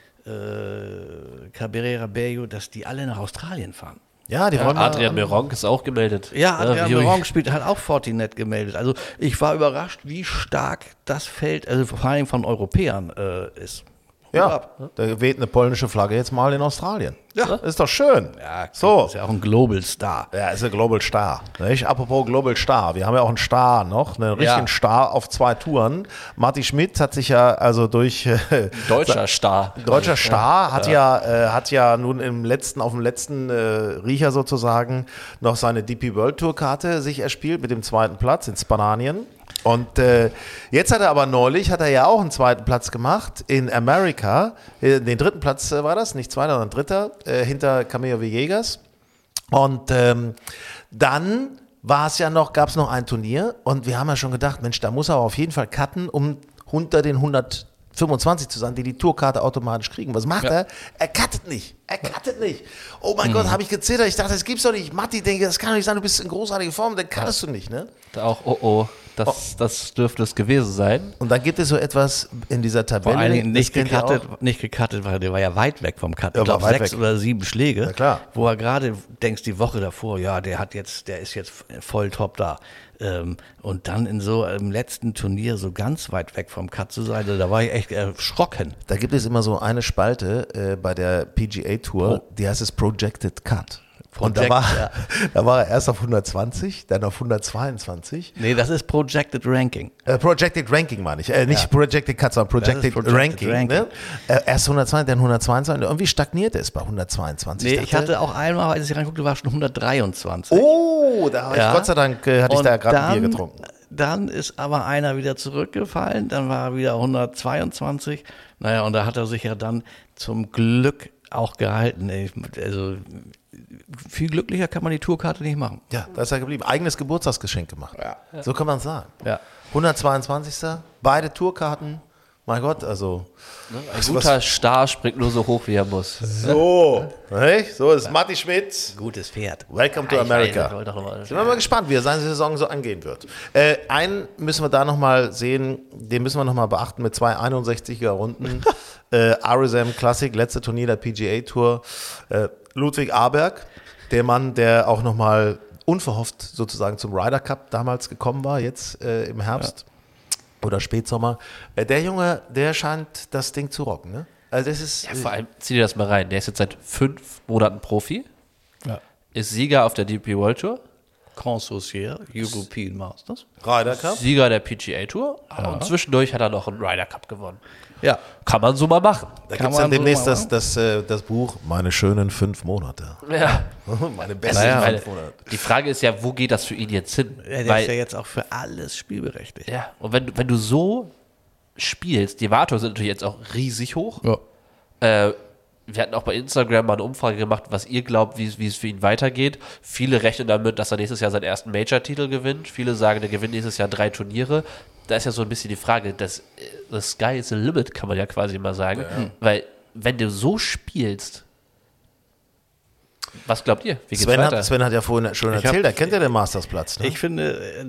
Speaker 5: äh, Cabrera Bello, dass die alle nach Australien fahren.
Speaker 2: Ja, die wollen mal-
Speaker 4: Adrian Meronk ist auch gemeldet.
Speaker 5: Ja, Adrian
Speaker 4: wie-
Speaker 5: Meronk spielt halt auch Fortinet gemeldet. Also ich war überrascht, wie stark das Feld, also vor allem von Europäern äh, ist. Hut
Speaker 2: Ja,
Speaker 5: ab.
Speaker 2: da weht eine polnische Flagge jetzt mal in Australien.
Speaker 5: Ja.
Speaker 2: Ist doch schön.
Speaker 5: Ja,
Speaker 2: so.
Speaker 5: ist ja auch ein Global Star.
Speaker 2: Ja, ist ein Global Star. Nicht? Apropos Global Star. Wir haben ja auch einen Star noch, einen richtigen
Speaker 5: Ja.
Speaker 2: Star auf zwei Touren. Marty Schmidt hat sich ja also durch äh,
Speaker 4: Deutscher Star.
Speaker 2: Deutscher Star hat ja, äh, hat ja nun im letzten, auf dem letzten äh, Riecher sozusagen noch seine D P World Tour Karte sich erspielt mit dem zweiten Platz in Spanien. Und äh, jetzt hat er aber neulich, hat er ja auch einen zweiten Platz gemacht in Amerika. Äh, den dritten Platz äh, war das, nicht zweiter, sondern dritter, äh, hinter Camilo Villegas. Und ähm, dann war es ja noch, gab es noch ein Turnier und wir haben ja schon gedacht, Mensch, da muss er auf jeden Fall cutten, um unter den hundertfünfundzwanzig zu sein, die die Tourkarte automatisch kriegen. Was macht er? Er cuttet nicht. Er cuttet nicht. Oh mein Gott, habe ich gezittert. Ich dachte, das gibt's doch nicht. Matti, denke, das kann doch nicht sein, du bist in großartiger Form, dann cuttest du nicht, ne?
Speaker 4: auch, oh oh, das, das dürfte es gewesen sein.
Speaker 2: Und dann gibt es so etwas in dieser Tabelle.
Speaker 5: Vor allen Dingen nicht
Speaker 2: das kennt ihr
Speaker 5: gecuttet,
Speaker 2: auch.
Speaker 5: nicht gecuttet, weil der war ja weit weg vom Cut.
Speaker 2: Ja,
Speaker 5: Ich
Speaker 2: war
Speaker 5: glaube
Speaker 2: weit
Speaker 5: sechs
Speaker 2: weg.
Speaker 5: oder sieben Schläge,
Speaker 2: Na klar.
Speaker 5: wo er gerade denkst die Woche davor, ja, der hat jetzt, der ist jetzt voll top da. Ähm, und dann in so im letzten Turnier so ganz weit weg vom Cut zu sein, da war ich echt erschrocken.
Speaker 2: Da gibt es immer so eine Spalte äh, bei der P G A Tour, die heißt es Projected Cut. Und da
Speaker 5: Project,
Speaker 2: war,
Speaker 5: ja.
Speaker 2: da war er erst auf hundertzwanzig, dann auf hundertzweiundzwanzig.
Speaker 5: Nee, das ist Projected Ranking.
Speaker 2: Äh, Projected Ranking meine ich. Äh, nicht
Speaker 5: Ja.
Speaker 2: Projected Cut, sondern Projected,
Speaker 5: Projected
Speaker 2: Ranking.
Speaker 5: Ranking.
Speaker 2: Ne? Äh, erst hundertzweiundzwanzig, dann hundertzweiundzwanzig. Und irgendwie stagniert es bei hundertzweiundzwanzig.
Speaker 5: Nee, ich hatte auch einmal, als ich reinguckte, war schon hundertdreiundzwanzig.
Speaker 2: Oh, da habe ich
Speaker 5: Ja.
Speaker 2: Gott sei Dank, äh, hatte ich
Speaker 5: Und
Speaker 2: da gerade ein Bier
Speaker 5: dann-
Speaker 2: getrunken.
Speaker 5: Dann ist aber einer wieder zurückgefallen, dann war er wieder hundertzweiundzwanzig. Naja, und da hat er sich ja dann zum Glück auch gehalten. Ich- Also viel glücklicher kann man die Tourkarte nicht machen.
Speaker 2: Ja, da ist er geblieben. Eigenes Geburtstagsgeschenk gemacht. So kann man es sagen.
Speaker 5: Ja.
Speaker 2: hundertzweiundzwanzig. Beide Tourkarten. Mein Gott, also.
Speaker 4: Ein guter Star springt nur so hoch, wie er muss.
Speaker 2: So, nicht? So ist Matti Schmidt.
Speaker 5: Gutes Pferd.
Speaker 2: Welcome to
Speaker 4: Ja, ich weiß,
Speaker 2: America.
Speaker 4: ich wollte doch noch mal-
Speaker 2: Sind wir mal gespannt, wie er seine Saison so angehen wird. Äh, einen müssen wir da nochmal sehen, den müssen wir nochmal beachten mit zwei einundsechziger Runden. äh, R S M Classic, letzte Turnier der P G A Tour. Äh, Ludwig Aberg, der Mann, der auch nochmal unverhofft sozusagen zum Ryder Cup damals gekommen war, jetzt äh, im Herbst oder Spätsommer. Äh, der Junge, der scheint das Ding zu rocken. Ne? Also das ist,
Speaker 4: Ja, vor allem, zieh dir das mal rein. Der ist jetzt seit fünf Monaten Profi,
Speaker 5: Ja.
Speaker 4: ist Sieger auf der D P World Tour,
Speaker 5: Grand Saucier, European Masters.
Speaker 2: Ryder Cup.
Speaker 4: Sieger der P G A Tour und zwischendurch hat er noch einen Ryder Cup gewonnen.
Speaker 5: Ja.
Speaker 4: Kann man so mal machen.
Speaker 2: Da
Speaker 5: Kann
Speaker 2: gibt es dann
Speaker 5: man so
Speaker 2: demnächst
Speaker 5: mal
Speaker 2: das, das, äh, das Buch Meine schönen fünf Monate.
Speaker 4: Ja.
Speaker 2: Meine besten
Speaker 4: Also, ich meine,
Speaker 2: fünf Monate.
Speaker 4: die Frage ist ja, wo geht das für ihn jetzt hin?
Speaker 5: Der
Speaker 4: Weil,
Speaker 5: ist ja jetzt auch für alles spielberechtigt.
Speaker 4: ja, und wenn, du- wenn du so spielst, die Erwartungen sind natürlich jetzt auch riesig hoch.
Speaker 5: Ja.
Speaker 4: Äh, wir hatten auch bei Instagram mal eine Umfrage gemacht, was ihr glaubt, wie, wie es für ihn weitergeht. Viele rechnen damit, dass er nächstes Jahr seinen ersten Major-Titel gewinnt. Viele sagen, der gewinnt nächstes Jahr drei Turniere. Da ist ja so ein bisschen die Frage, das, the sky is the limit, kann man ja quasi mal sagen. Weil, wenn du so spielst, was glaubt ihr? Wie geht's
Speaker 2: Sven
Speaker 4: weiter?
Speaker 2: hat, Sven hat ja vorhin schon
Speaker 5: Ich
Speaker 2: erzählt,
Speaker 5: hab-
Speaker 2: er kennt ja den Mastersplatz. Ne?
Speaker 5: Ich finde, äh,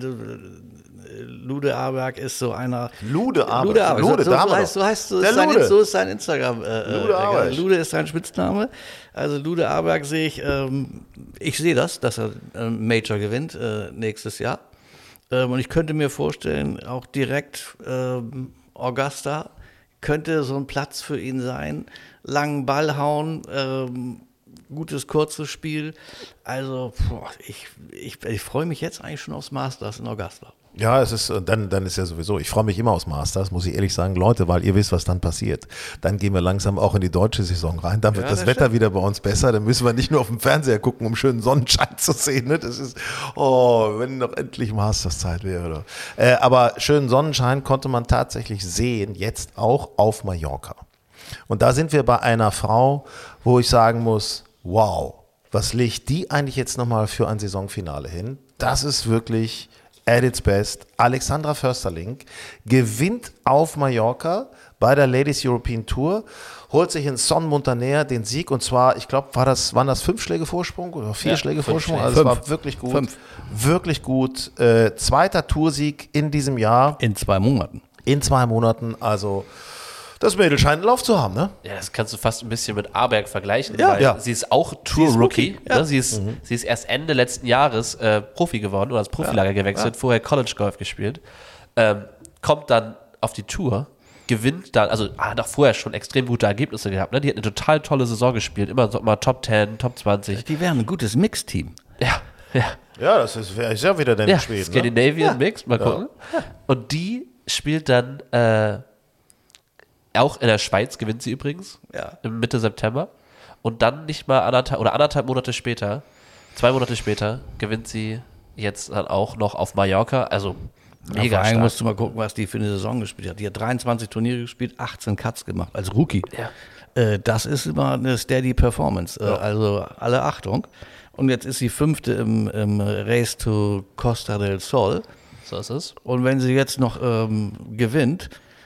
Speaker 5: Lude Aberg ist so einer.
Speaker 2: Lude Aberg.
Speaker 5: Lude Aberg.
Speaker 2: Lude,
Speaker 5: so,
Speaker 2: da
Speaker 5: so,
Speaker 2: haben wir
Speaker 5: heißt,
Speaker 2: doch.
Speaker 5: so heißt so
Speaker 2: Der
Speaker 5: ist sein,
Speaker 2: Lude.
Speaker 5: so ist sein Instagram. Äh,
Speaker 2: Lude
Speaker 5: äh,
Speaker 2: Aberg.
Speaker 5: Lude ist sein Spitzname. Also Lude Aberg sehe ich, ähm, ich sehe das, dass er ähm, Major gewinnt äh, nächstes Jahr. Ähm, und ich könnte mir vorstellen, auch direkt ähm, Augusta könnte so ein Platz für ihn sein. Langen Ball hauen, ähm, gutes, kurzes Spiel. Also, boah, ich, ich, ich freue mich jetzt eigentlich schon aufs Masters in Augusta.
Speaker 2: Ja, es ist, dann, dann ist ja sowieso, ich freue mich immer aufs Masters, muss ich ehrlich sagen, Leute, weil ihr wisst, was dann passiert. Dann gehen wir langsam auch in die deutsche Saison rein, dann wird
Speaker 5: Ja,
Speaker 2: das,
Speaker 5: das
Speaker 2: Wetter
Speaker 5: stimmt.
Speaker 2: wieder bei uns besser, dann müssen wir nicht nur auf dem Fernseher gucken, um schönen Sonnenschein zu sehen. Ne? Das ist, oh, wenn noch endlich Masters-Zeit wäre. Oder? Äh, aber schönen Sonnenschein konnte man tatsächlich sehen, jetzt auch auf Mallorca. Und da sind wir bei einer Frau, wo ich sagen muss, wow, was legt die eigentlich jetzt nochmal für ein Saisonfinale hin? Das ist wirklich at its best. Alexandra Försterling gewinnt auf Mallorca bei der Ladies European Tour, holt sich in Son Montaner den Sieg und zwar, ich glaube, war das, waren das fünf Schläge Vorsprung oder vier
Speaker 4: Ja,
Speaker 2: Schläge
Speaker 4: fünf
Speaker 2: Vorsprung?
Speaker 4: Schläge.
Speaker 2: Also es
Speaker 5: Fünf.
Speaker 2: war wirklich gut.
Speaker 5: Fünf.
Speaker 2: Wirklich gut. Äh, zweiter Toursieg in diesem Jahr,
Speaker 5: In zwei Monaten.
Speaker 2: in zwei Monaten. Also das Mädel scheint einen Lauf zu haben, ne?
Speaker 4: Ja, das kannst du fast ein bisschen mit Aberg vergleichen,
Speaker 2: Ja,
Speaker 4: weil
Speaker 2: ja.
Speaker 4: sie ist auch Tour-Rookie.
Speaker 5: Ja.
Speaker 4: Ne? Sie, ist, sie ist erst Ende letzten Jahres äh, Profi geworden oder als Profilager gewechselt, vorher College-Golf gespielt, ähm, kommt dann auf die Tour, gewinnt dann, also hat auch vorher schon extrem gute Ergebnisse gehabt. Ne? Die hat eine total tolle Saison gespielt, immer so mal Top zehn, Top zwanzig.
Speaker 5: Die wären ein gutes Mixteam.
Speaker 4: Ja, ja.
Speaker 2: Ja, das ist, ist ja wieder der
Speaker 4: Ja,
Speaker 2: Schweden. Ne?
Speaker 4: Scandinavian Mix, mal gucken. Und die spielt dann äh, auch in der Schweiz, gewinnt sie übrigens,
Speaker 5: Ja.
Speaker 4: im Mitte September. Und dann nicht mal anderthalb oder anderthalb Monate später, zwei Monate später, gewinnt sie jetzt dann auch noch auf Mallorca. Also mega
Speaker 5: Vor allem
Speaker 4: stark.
Speaker 5: musst du mal gucken, was die für eine Saison gespielt hat. Die hat dreiundzwanzig Turniere gespielt, achtzehn Cuts gemacht als Rookie.
Speaker 4: Ja.
Speaker 5: Äh, das ist immer eine steady Performance. Äh, also alle Achtung. Und jetzt ist sie Fünfte im, im Race to Costa del Sol.
Speaker 4: So ist es.
Speaker 5: Und wenn sie jetzt noch ähm, gewinnt,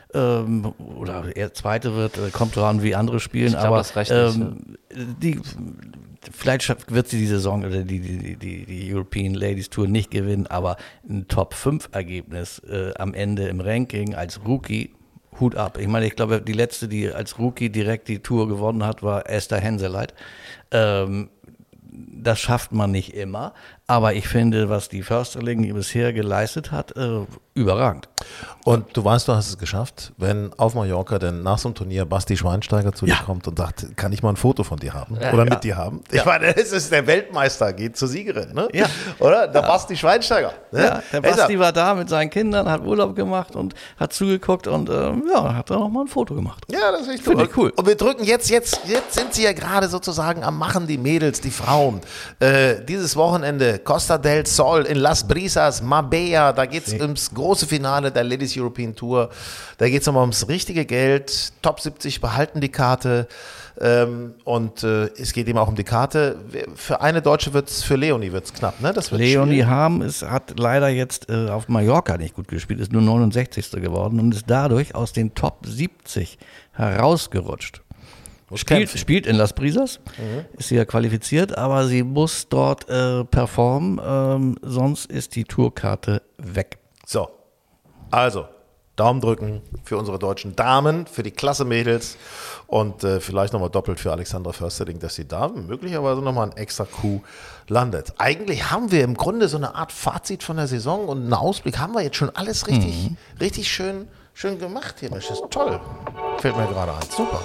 Speaker 5: ähm, oder er zweite wird, äh, kommt dran, wie andere spielen,
Speaker 4: Ich glaub,
Speaker 5: aber
Speaker 4: das reicht nicht,
Speaker 5: ähm, die, vielleicht schafft- wird sie die Saison oder die, die, die, die European Ladies Tour nicht gewinnen, aber ein Top fünf Ergebnis äh, am Ende im Ranking als Rookie, Hut ab. Ich meine, ich glaube, die letzte, die als Rookie direkt die Tour gewonnen hat, war Esther Henseleit. Ähm, das schafft man nicht immer, aber ich finde, was die Försterling bisher geleistet hat, äh, überragend.
Speaker 2: Und du weißt, du hast es geschafft, wenn auf Mallorca denn nach so einem Turnier Basti Schweinsteiger zu dir
Speaker 5: Ja.
Speaker 2: kommt und sagt, kann ich mal ein Foto von dir haben
Speaker 4: Ja.
Speaker 2: oder
Speaker 5: Ja.
Speaker 2: mit dir haben? Ich meine, es ist der Weltmeister, geht zur Siegerin, ne?
Speaker 5: Ja.
Speaker 2: Oder? Der Basti Schweinsteiger. Ne?
Speaker 5: Ja, der
Speaker 2: Ist er.
Speaker 5: Basti war da mit seinen Kindern, hat Urlaub gemacht und hat zugeguckt und ähm, ja, hat da nochmal ein Foto gemacht.
Speaker 2: Ja, das ist echt
Speaker 5: Finde
Speaker 2: cool.
Speaker 5: ich cool.
Speaker 2: Und wir drücken jetzt, jetzt, jetzt sind sie ja gerade sozusagen am Machen, die Mädels, die Frauen. Äh, dieses Wochenende Costa del Sol in Las Brisas, Marbella, da geht es ums große Finale der Ladies European Tour. Da geht es nochmal ums richtige Geld. Top siebzig behalten die Karte. Ähm, und äh, es geht eben auch um die Karte. Für eine Deutsche wird es, für Leonie wird es knapp, ne? Das wird
Speaker 5: Leonie
Speaker 2: schwierig.
Speaker 5: Harm ist, hat leider jetzt äh, auf Mallorca nicht gut gespielt, ist nur neunundsechzigste geworden und ist dadurch aus den Top siebzig herausgerutscht.
Speaker 2: Muss
Speaker 5: Spielt,
Speaker 2: kämpfen.
Speaker 5: spielt in Las Brisas, ist sie ja qualifiziert, aber sie muss dort äh, performen, ähm, sonst ist die Tourkarte weg.
Speaker 2: So, also Daumen drücken für unsere deutschen Damen, für die klasse Mädels und äh, vielleicht nochmal doppelt für Alexandra Försterling, dass sie da möglicherweise nochmal ein extra Coup landet. Eigentlich haben wir im Grunde so eine Art Fazit von der Saison und einen Ausblick haben wir jetzt schon alles richtig, richtig schön, schön gemacht hier. Mensch, das ist toll. Fällt mir gerade ein. Super.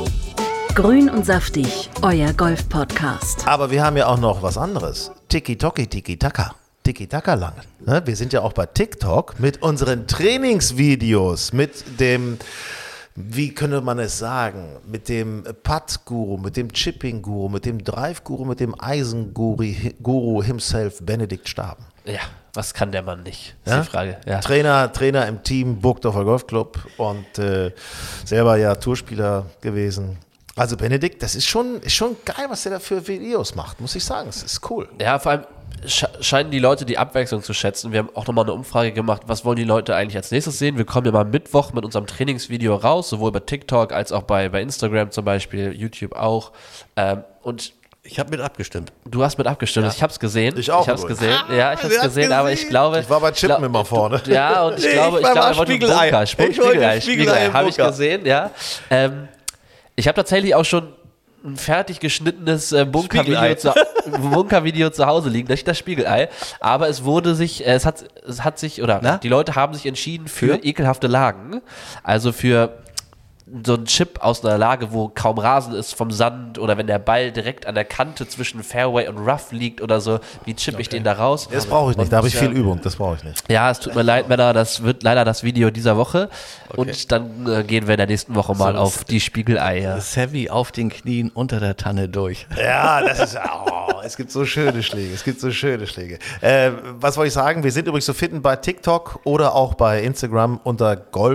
Speaker 3: Grün und saftig, euer Golf-Podcast.
Speaker 2: Aber wir haben ja auch noch was anderes. Tiki-Toki, Tiki-Taka. Tiki-Taka lang. Ne? Wir sind ja auch bei TikTok mit unseren Trainingsvideos, mit dem, wie könnte man es sagen, mit dem Putt-Guru, mit dem Chipping-Guru, mit dem Drive-Guru, mit dem Eisen-Guru himself, Benedikt Staben.
Speaker 4: Ja, was kann der Mann nicht? Ist
Speaker 2: Ja?
Speaker 4: die Frage. Ja.
Speaker 2: Trainer, Trainer im Team Burgdorfer Golfclub und äh, selber ja Tourspieler gewesen. Also Benedikt, das ist schon, ist schon geil, was der da für Videos macht, muss ich sagen. Es ist cool.
Speaker 4: Ja, vor allem sche- scheinen die Leute die Abwechslung zu schätzen. Wir haben auch nochmal eine Umfrage gemacht, was wollen die Leute eigentlich als nächstes sehen. Wir kommen ja mal Mittwoch mit unserem Trainingsvideo raus, sowohl bei TikTok als auch bei, bei Instagram zum Beispiel, YouTube auch. Ähm, und
Speaker 5: Ich habe mit abgestimmt.
Speaker 4: du hast mit abgestimmt. Ich habe es gesehen.
Speaker 2: Ich auch
Speaker 4: Ich habe es
Speaker 2: übrigens.
Speaker 4: gesehen. Ja, ich habe es
Speaker 2: wer hat's
Speaker 4: gesehen, aber ich
Speaker 2: gesehen?
Speaker 4: glaube...
Speaker 2: Ich war bei Chippen
Speaker 4: glaub-
Speaker 2: immer vorne.
Speaker 4: Ja, und ich
Speaker 5: Nee,
Speaker 4: glaube,
Speaker 5: ich
Speaker 4: ich,
Speaker 5: war
Speaker 4: glaube,
Speaker 5: bei
Speaker 4: er wollte
Speaker 5: Spiegelei.
Speaker 4: Bunker.
Speaker 5: Ich wollte
Speaker 4: Spiegelei,
Speaker 5: Spiegelei
Speaker 4: Spiegelei.
Speaker 5: im
Speaker 4: Habe ich
Speaker 5: Bunker.
Speaker 4: gesehen, ja. Ähm, ich habe tatsächlich auch schon ein fertig geschnittenes äh, Bunker-Video zu, Bunker-Video zu Hause liegen, nicht das Spiegelei, aber es wurde sich, äh, es hat, es hat sich, oder
Speaker 5: Na?
Speaker 4: die Leute haben sich entschieden für,
Speaker 5: Für?
Speaker 4: ekelhafte Lagen, also für so ein Chip aus einer Lage, wo kaum Rasen ist vom Sand oder wenn der Ball direkt an der Kante zwischen Fairway und Rough liegt oder so, wie chippe ich den da raus?
Speaker 2: Das brauche ich nicht,
Speaker 4: Und,
Speaker 2: da habe ich viel
Speaker 4: äh,
Speaker 2: Übung, das brauche ich nicht.
Speaker 4: Ja, es tut mir leid, Männer, das wird leider das Video dieser Woche. Und dann äh, gehen wir in der nächsten Woche mal
Speaker 5: So,
Speaker 4: auf die Spiegeleier.
Speaker 5: Savvy auf den Knien unter der Tanne durch.
Speaker 2: Ja, das ist, oh, es gibt so schöne Schläge, es gibt so schöne Schläge. Äh, was wollte ich sagen, wir sind übrigens zu finden bei TikTok oder auch bei Instagram unter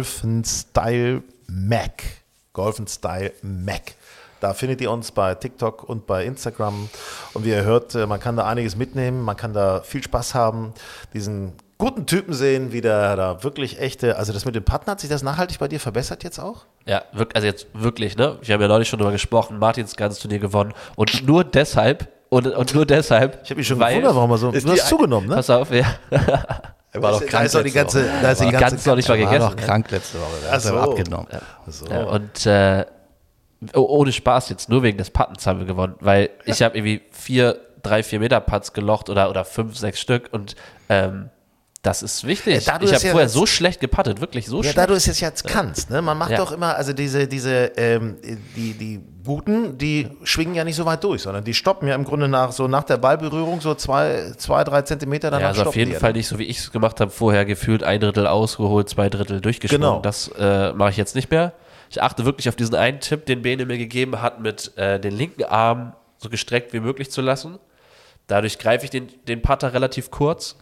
Speaker 2: Golfenstyle Mac. Golfenstyle Mac. Da findet ihr uns bei TikTok und bei Instagram. Und wie ihr hört, man kann da einiges mitnehmen, man kann da viel Spaß haben, diesen guten Typen sehen, wie der da wirklich echte, also das mit dem Putten, hat sich das nachhaltig bei dir verbessert jetzt auch?
Speaker 4: Ja, wirk- also jetzt wirklich, ne? Wir haben ja neulich schon drüber gesprochen, Martins ganzes Turnier gewonnen. Und nur deshalb, und, und nur deshalb.
Speaker 2: Ich habe mich schon
Speaker 4: weil-
Speaker 2: gewundert, warum er so,
Speaker 5: Ist
Speaker 2: du
Speaker 5: die
Speaker 2: hast zugenommen, ne?
Speaker 4: Pass auf, ja.
Speaker 5: Er war
Speaker 2: Da
Speaker 5: doch
Speaker 2: ist-
Speaker 5: krank.
Speaker 2: da ist doch die
Speaker 5: letzte
Speaker 2: ganze,
Speaker 5: Woche.
Speaker 2: da ist die
Speaker 4: Die
Speaker 2: ganze
Speaker 4: ganze noch nicht mal
Speaker 5: Er war
Speaker 4: gegessen.
Speaker 5: doch krank letzte Woche. Er
Speaker 2: Ach
Speaker 5: hat
Speaker 2: so.
Speaker 5: er abgenommen.
Speaker 2: So.
Speaker 4: Ja, und äh, oh- ohne Spaß jetzt, nur wegen des Puttens haben wir gewonnen, weil ich habe irgendwie vier, drei, vier Meter Putts gelocht oder, oder fünf, sechs Stück und ähm, das ist wichtig.
Speaker 2: Ja, da du
Speaker 4: ich
Speaker 2: das
Speaker 4: habe
Speaker 2: ja
Speaker 4: vorher
Speaker 2: jetzt-
Speaker 4: so schlecht geputtet, wirklich so
Speaker 2: Ja,
Speaker 4: schlecht.
Speaker 2: da du es jetzt, jetzt kannst, ne? Man macht
Speaker 4: Ja.
Speaker 2: doch immer, also diese, diese, ähm, die, die Guten, die schwingen ja nicht so weit durch, sondern die stoppen ja im Grunde nach, so nach der Ballberührung so zwei, zwei drei Zentimeter danach
Speaker 4: Ja, also auf
Speaker 2: stoppen
Speaker 4: jeden
Speaker 2: die ja
Speaker 4: Fall
Speaker 2: dann.
Speaker 4: nicht so, wie ich es gemacht habe, vorher gefühlt ein Drittel ausgeholt, zwei Drittel durchgeschwungen.
Speaker 2: Genau.
Speaker 4: Das äh, mache ich jetzt nicht mehr. Ich achte wirklich auf diesen einen Tipp, den Bene mir gegeben hat, mit äh, den linken Arm so gestreckt wie möglich zu lassen. Dadurch greife ich den, den Putter relativ kurz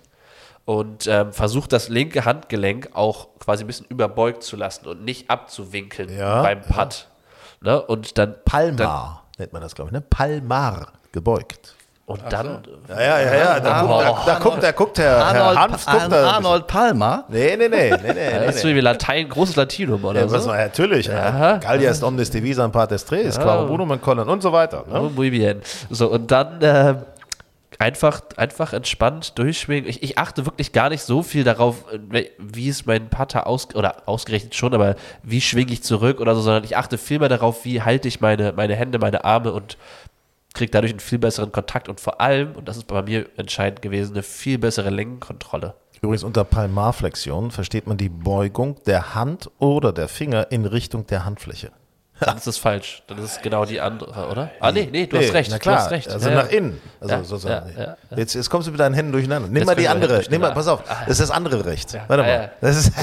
Speaker 4: und ähm, versuche das linke Handgelenk auch quasi ein bisschen überbeugt zu lassen und nicht abzuwinkeln
Speaker 2: Ja,
Speaker 4: beim Putt. Ne? Und dann, dann
Speaker 2: Palmar nennt man das, glaube ich, ne? Palmar, gebeugt.
Speaker 4: Und dann.
Speaker 2: Ja, ja, ja, ja. Da, guckt, da, da, guckt, da guckt Herr,
Speaker 5: Arnold,
Speaker 2: Herr Hanf. Guckt da,
Speaker 5: Arnold Palmer.
Speaker 2: Nee, nee, nee. nee, nee, nee,
Speaker 4: Das ist so wie Latein, großes Latinum, oder
Speaker 2: ja, was
Speaker 4: so?
Speaker 2: war, natürlich.
Speaker 4: Aha.
Speaker 2: Gallia est omnis divisa in partes tres, claro bonum in colon und so weiter. Ne?
Speaker 4: Oh, muy bien. So, und dann äh, einfach, einfach entspannt durchschwingen. Ich, ich achte wirklich gar nicht so viel darauf, wie es mein Putter aus, oder ausgerechnet schon, aber wie schwinge ich zurück oder so, sondern ich achte viel mehr darauf, wie halte ich meine, meine Hände, meine Arme und kriege dadurch einen viel besseren Kontakt und vor allem, und das ist bei mir entscheidend gewesen, eine viel bessere Längenkontrolle.
Speaker 2: Übrigens unter Palmarflexion versteht man die Beugung der Hand oder der Finger in Richtung der Handfläche.
Speaker 4: Dann ist das falsch. Dann ist es genau die andere, oder? Ah, nee, nee, du
Speaker 2: Nee,
Speaker 4: hast recht.
Speaker 2: Na klar,
Speaker 4: Du hast recht.
Speaker 2: also
Speaker 4: Ja,
Speaker 2: nach
Speaker 4: ja.
Speaker 2: innen. Also
Speaker 4: Ja,
Speaker 2: sozusagen.
Speaker 4: ja, ja, ja.
Speaker 2: Jetzt, jetzt kommst du mit deinen Händen durcheinander. Nimm
Speaker 4: Jetzt
Speaker 2: mal die
Speaker 4: können wir
Speaker 2: andere.
Speaker 4: Hände
Speaker 2: Nimm mal,
Speaker 4: durcheinander.
Speaker 2: pass auf, das ist das andere rechts.
Speaker 4: Ja,
Speaker 2: Warte
Speaker 4: ja,
Speaker 2: mal.
Speaker 4: ja.
Speaker 2: Das ist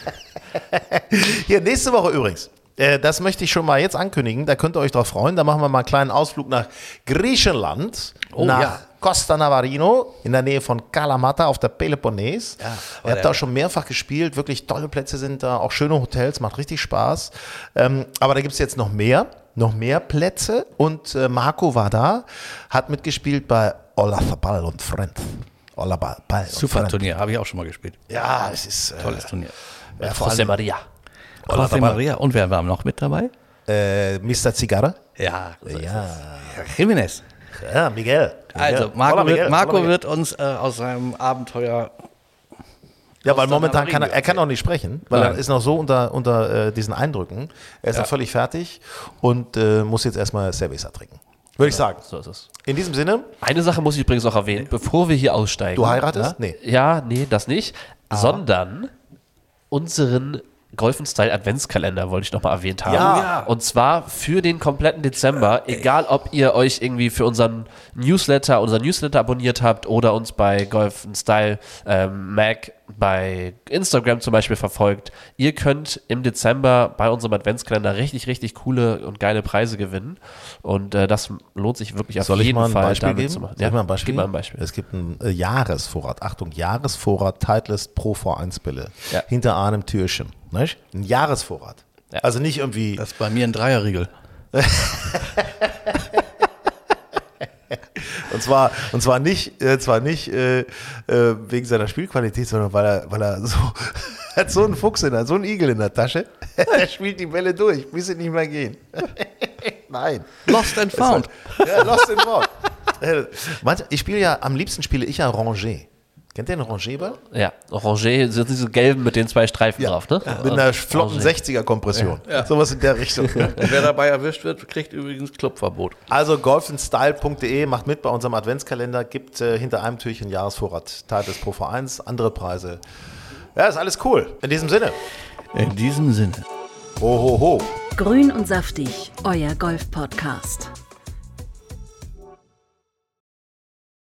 Speaker 2: hier, nächste Woche übrigens. Äh, das möchte ich schon mal jetzt ankündigen. Da könnt ihr euch drauf freuen. Da machen wir mal einen kleinen Ausflug nach Griechenland.
Speaker 5: Oh,
Speaker 2: nach
Speaker 5: ja.
Speaker 2: Costa Navarino in der Nähe von Kalamata auf der Peloponnes.
Speaker 5: Ja,
Speaker 2: Ihr habt da auch schon mehrfach gespielt. Wirklich tolle Plätze sind da. Auch schöne Hotels. Macht richtig Spaß. Ähm, aber da gibt es jetzt noch mehr. Noch mehr Plätze. Und äh, Marco war da. Hat mitgespielt bei Olafabal und Friends. Olafabal und
Speaker 5: Super
Speaker 2: Friends.
Speaker 5: Turnier, habe ich auch schon mal gespielt.
Speaker 2: Ja, es ist äh,
Speaker 5: Tolles Turnier.
Speaker 2: ja, vor
Speaker 4: José
Speaker 2: allem,
Speaker 4: Maria.
Speaker 5: José Maria. Und wer war noch mit dabei?
Speaker 2: äh, Mister Zigarre.
Speaker 5: Ja,
Speaker 2: Ja.
Speaker 5: Jiménez.
Speaker 2: Ja, Miguel.
Speaker 5: Also,
Speaker 2: Miguel.
Speaker 5: Marco,
Speaker 2: Hola, Miguel.
Speaker 5: wird, Marco
Speaker 2: Hola, Miguel.
Speaker 5: wird uns äh, aus seinem Abenteuer.
Speaker 2: Ja, weil
Speaker 5: Costa
Speaker 2: momentan kann er,
Speaker 5: Navarino
Speaker 2: er kann auch nicht sprechen, weil
Speaker 5: Nein.
Speaker 2: er ist noch so unter, unter äh, diesen Eindrücken. Er ist noch völlig fertig und äh, muss jetzt erstmal Cerveza trinken. Würde ich sagen.
Speaker 4: So ist es.
Speaker 2: In diesem Sinne,
Speaker 4: Eine Sache muss ich übrigens auch erwähnen, bevor wir hier aussteigen.
Speaker 2: du heiratest?
Speaker 4: Ja,
Speaker 2: Nee.
Speaker 4: ja, nee, das nicht. Sondern unseren Golfen-Style Adventskalender wollte ich nochmal erwähnt haben.
Speaker 2: Ja. Ja.
Speaker 4: Und zwar für den kompletten Dezember, egal ob ihr euch irgendwie für unseren Newsletter, unser Newsletter abonniert habt oder uns bei Golfen-Style ähm, Mac bei Instagram zum Beispiel verfolgt. Ihr könnt im Dezember bei unserem Adventskalender richtig, richtig coole und geile Preise gewinnen. Und äh, das lohnt sich wirklich auf
Speaker 2: soll ich
Speaker 4: jeden
Speaker 2: mal ein
Speaker 4: Fall
Speaker 2: Beispiel
Speaker 4: damit
Speaker 2: geben?
Speaker 4: zu machen.
Speaker 2: Soll ich mal ein Beispiel?
Speaker 4: Gib mal ein Beispiel.
Speaker 2: Es gibt einen äh, Jahresvorrat. Achtung, Jahresvorrat Titleist Pro V eins Bille.
Speaker 4: Ja.
Speaker 2: Hinter einem Türchen. Nicht? Ein Jahresvorrat.
Speaker 4: Ja.
Speaker 2: Also nicht irgendwie.
Speaker 5: Das ist bei mir ein Dreierriegel.
Speaker 2: Und zwar, und zwar nicht, äh, zwar nicht äh, äh, wegen seiner Spielqualität, sondern weil er, weil er so hat so einen Fuchs in der, so einen Igel in der Tasche. Er spielt die Bälle durch, bis sie nicht mehr gehen. Nein.
Speaker 5: Lost and found.
Speaker 2: Ja, Lost in Found. Äh, manche- Ich spiele ja, am liebsten spiele ich ja Ranger. Kennt ihr einen Rangerball?
Speaker 4: Ja, Orange sind diese gelben mit den zwei Streifen drauf, ne?
Speaker 2: Mit einer flotten
Speaker 4: Ranger.
Speaker 2: sechziger Kompression. Sowas in der Richtung. Ne?
Speaker 5: Wer dabei erwischt wird, kriegt übrigens Clubverbot.
Speaker 2: Also golfenstyle punkt de, macht mit bei unserem Adventskalender, gibt äh, hinter einem Türchen Jahresvorrat Titleist Pro V eins, andere Preise. Ja, ist alles cool. In diesem Sinne.
Speaker 5: In diesem Sinne.
Speaker 2: Ho, ho, ho.
Speaker 3: Grün und saftig, euer Golf-Podcast.